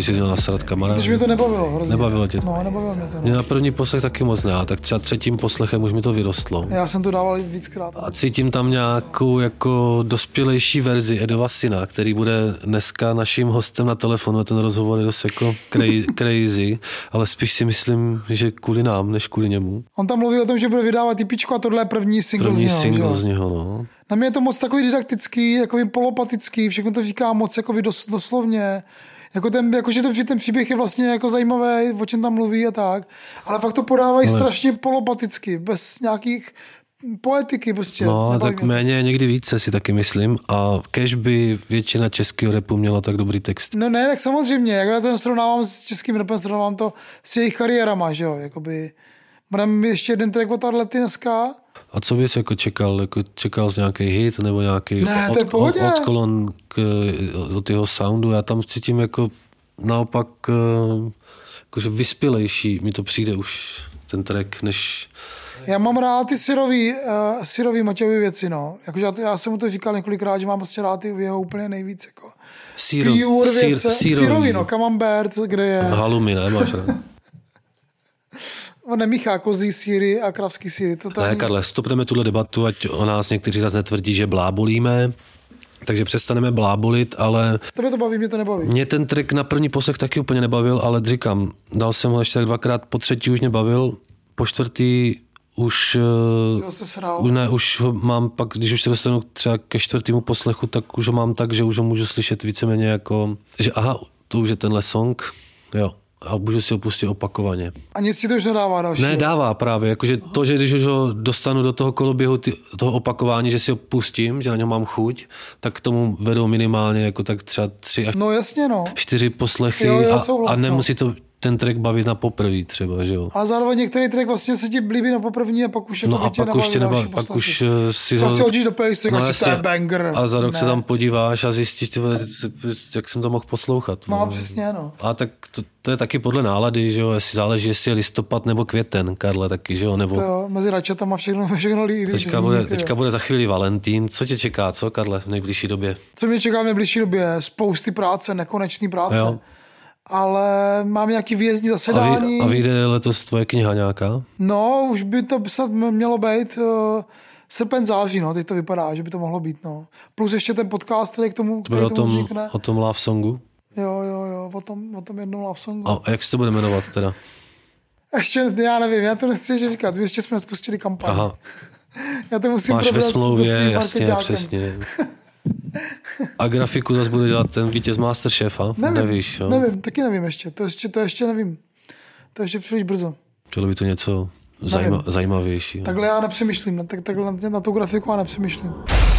si měl nasrat kamarád. Protože mě to nebavilo hrozně. Nebavilo tě? No, nebavilo mě to. Mě na první poslech taky moc ne, tak třeba třetím poslechem už mi to vyrostlo. Já jsem to dával víckrát. A cítím tam nějakou jako dospělejší verzi Edova syna, který bude dneska naším hostem na telefonu. Ten rozhovor je dost jako crazy, ale spíš si myslím, že kvůli nám, než kvůli němu. On tam mluví o tom, že bude vydávat typičko a tohle je první single z něho, no. Na mě je to moc takový didaktický, jakoby polopatický, všechno to říká moc jakoby doslovně. Jakože ten příběh je vlastně jako zajímavý, o čem tam mluví a tak. Ale fakt to podávají strašně polopaticky, bez nějakých poetiky prostě. No, tak méně někdy více si taky myslím a kéž by většina českého rapu měla tak dobrý text. No ne, tak samozřejmě, jak já to srovnávám s českým rapem, srovnávám to s jejich kariérama, že jo, jakoby. Budeme ještě jeden track od Arlety dneska. A co bys jako čekal? Jako čekal jsi nějaký hit nebo nějaký odklon od jeho soundu? Já tam cítím jako naopak jakože vyspělejší mi to přijde už ten track, než... Já mám rád ty syrový Matějovy věci, no. Jakože já jsem mu to říkal několikrát, že mám prostě rád ty jeho úplně nejvíc, jako. Syrový, no, Camembert, kde je... Halumi, ne, máš rád. On nemíchá kozí sýry a kravský sýry. Ne, Karle, stopneme tuhle debatu, ať o nás někteří zase netvrdí, že blábolíme, takže přestaneme blábolit, ale... Tebe to baví, mě to nebaví. Mě ten track na první poslech taky úplně nebavil, ale říkám, dal jsem ho ještě tak dvakrát, po třetí už mě bavil, po čtvrtý už... už ho mám pak, když už se dostanu třeba ke čtvrtému poslechu, tak už ho mám tak, že už ho můžu slyšet víceméně jako, že aha, to už je tenhle song, jo. A můžu si ho pustit opakovaně. A nic ti to už nedává další? Ne, dává právě. Jakože to, že když už ho dostanu do toho koloběhu toho opakování, že si ho pustím, že na něho mám chuť, tak k tomu vedou minimálně jako tak třeba 3 až 4 poslechy a nemusí to ten track bavit na poprví třeba, že jo. Ale zároveň některý track vlastně se ti líbí na poprvý a pak už jako pak už si ho... si hodíš do playlistu, no, to je banger. A za rok se tam podíváš a zjistíš, jak jsem to mohl poslouchat. No, přesně, no. A tak to je taky podle nálady, že jo, jestli záleží, jestli je listopad nebo květen, Karle, taky, že jo, nebo... To jo, mezi račatama všechno líbí. Teďka bude za chvíli Valentín. Co tě čeká, co, Karle, v nejbližší době? Co mě čeká v nejbližší době? Spousty práce, nekonečný práce. Jo. Ale mám nějaký výjezdní zasedání. A vyjde letos tvoje kniha nějaká? No, už by to snad mělo být srpen, září, no, teď to vypadá, že by to mohlo být, no. Plus ještě ten podcast, který k tomu, vznikne. O tom love songu? Jo, o tom jednou love songu. A jak se to bude jmenovat teda? Ještě, já nevím, já to nechci říkat, my ještě jsme spustili kampaň. Aha. Já to musím máš ve smlouvě, jasně, přesně. A grafiku zase bude dělat ten vítěz Masterchefa? Nevíš, jo? Nevím, taky nevím ještě. To ještě nevím. To ještě příliš brzo. Chtělo by to něco zajímavější. Takhle já nepřemýšlím. Takhle na tu grafiku já nepřemýšlím.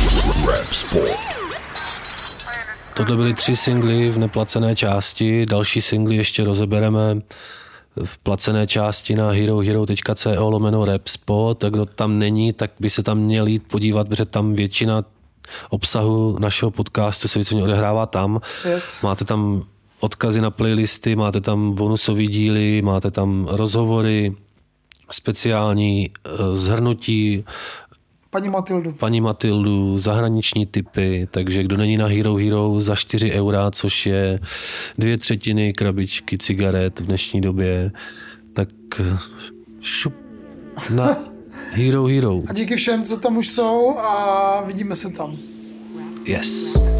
Tohle byly 3 singly v neplacené části. Další singly ještě rozebereme v placené části na herohero.co/rapspot. A kdo tam není, tak by se tam měl jít podívat, protože tam většina obsahu našeho podcastu se víceméně odehrává tam. Yes. Máte tam odkazy na playlisty, máte tam bonusové díly, máte tam rozhovory, speciální shrnutí, paní Matildu, zahraniční tipy, takže kdo není na Hero Hero za 4 €, což je 2/3 krabičky cigaret v dnešní době, tak šup na Hero Hero. A díky všem, co tam už jsou a vidíme se tam. Yes.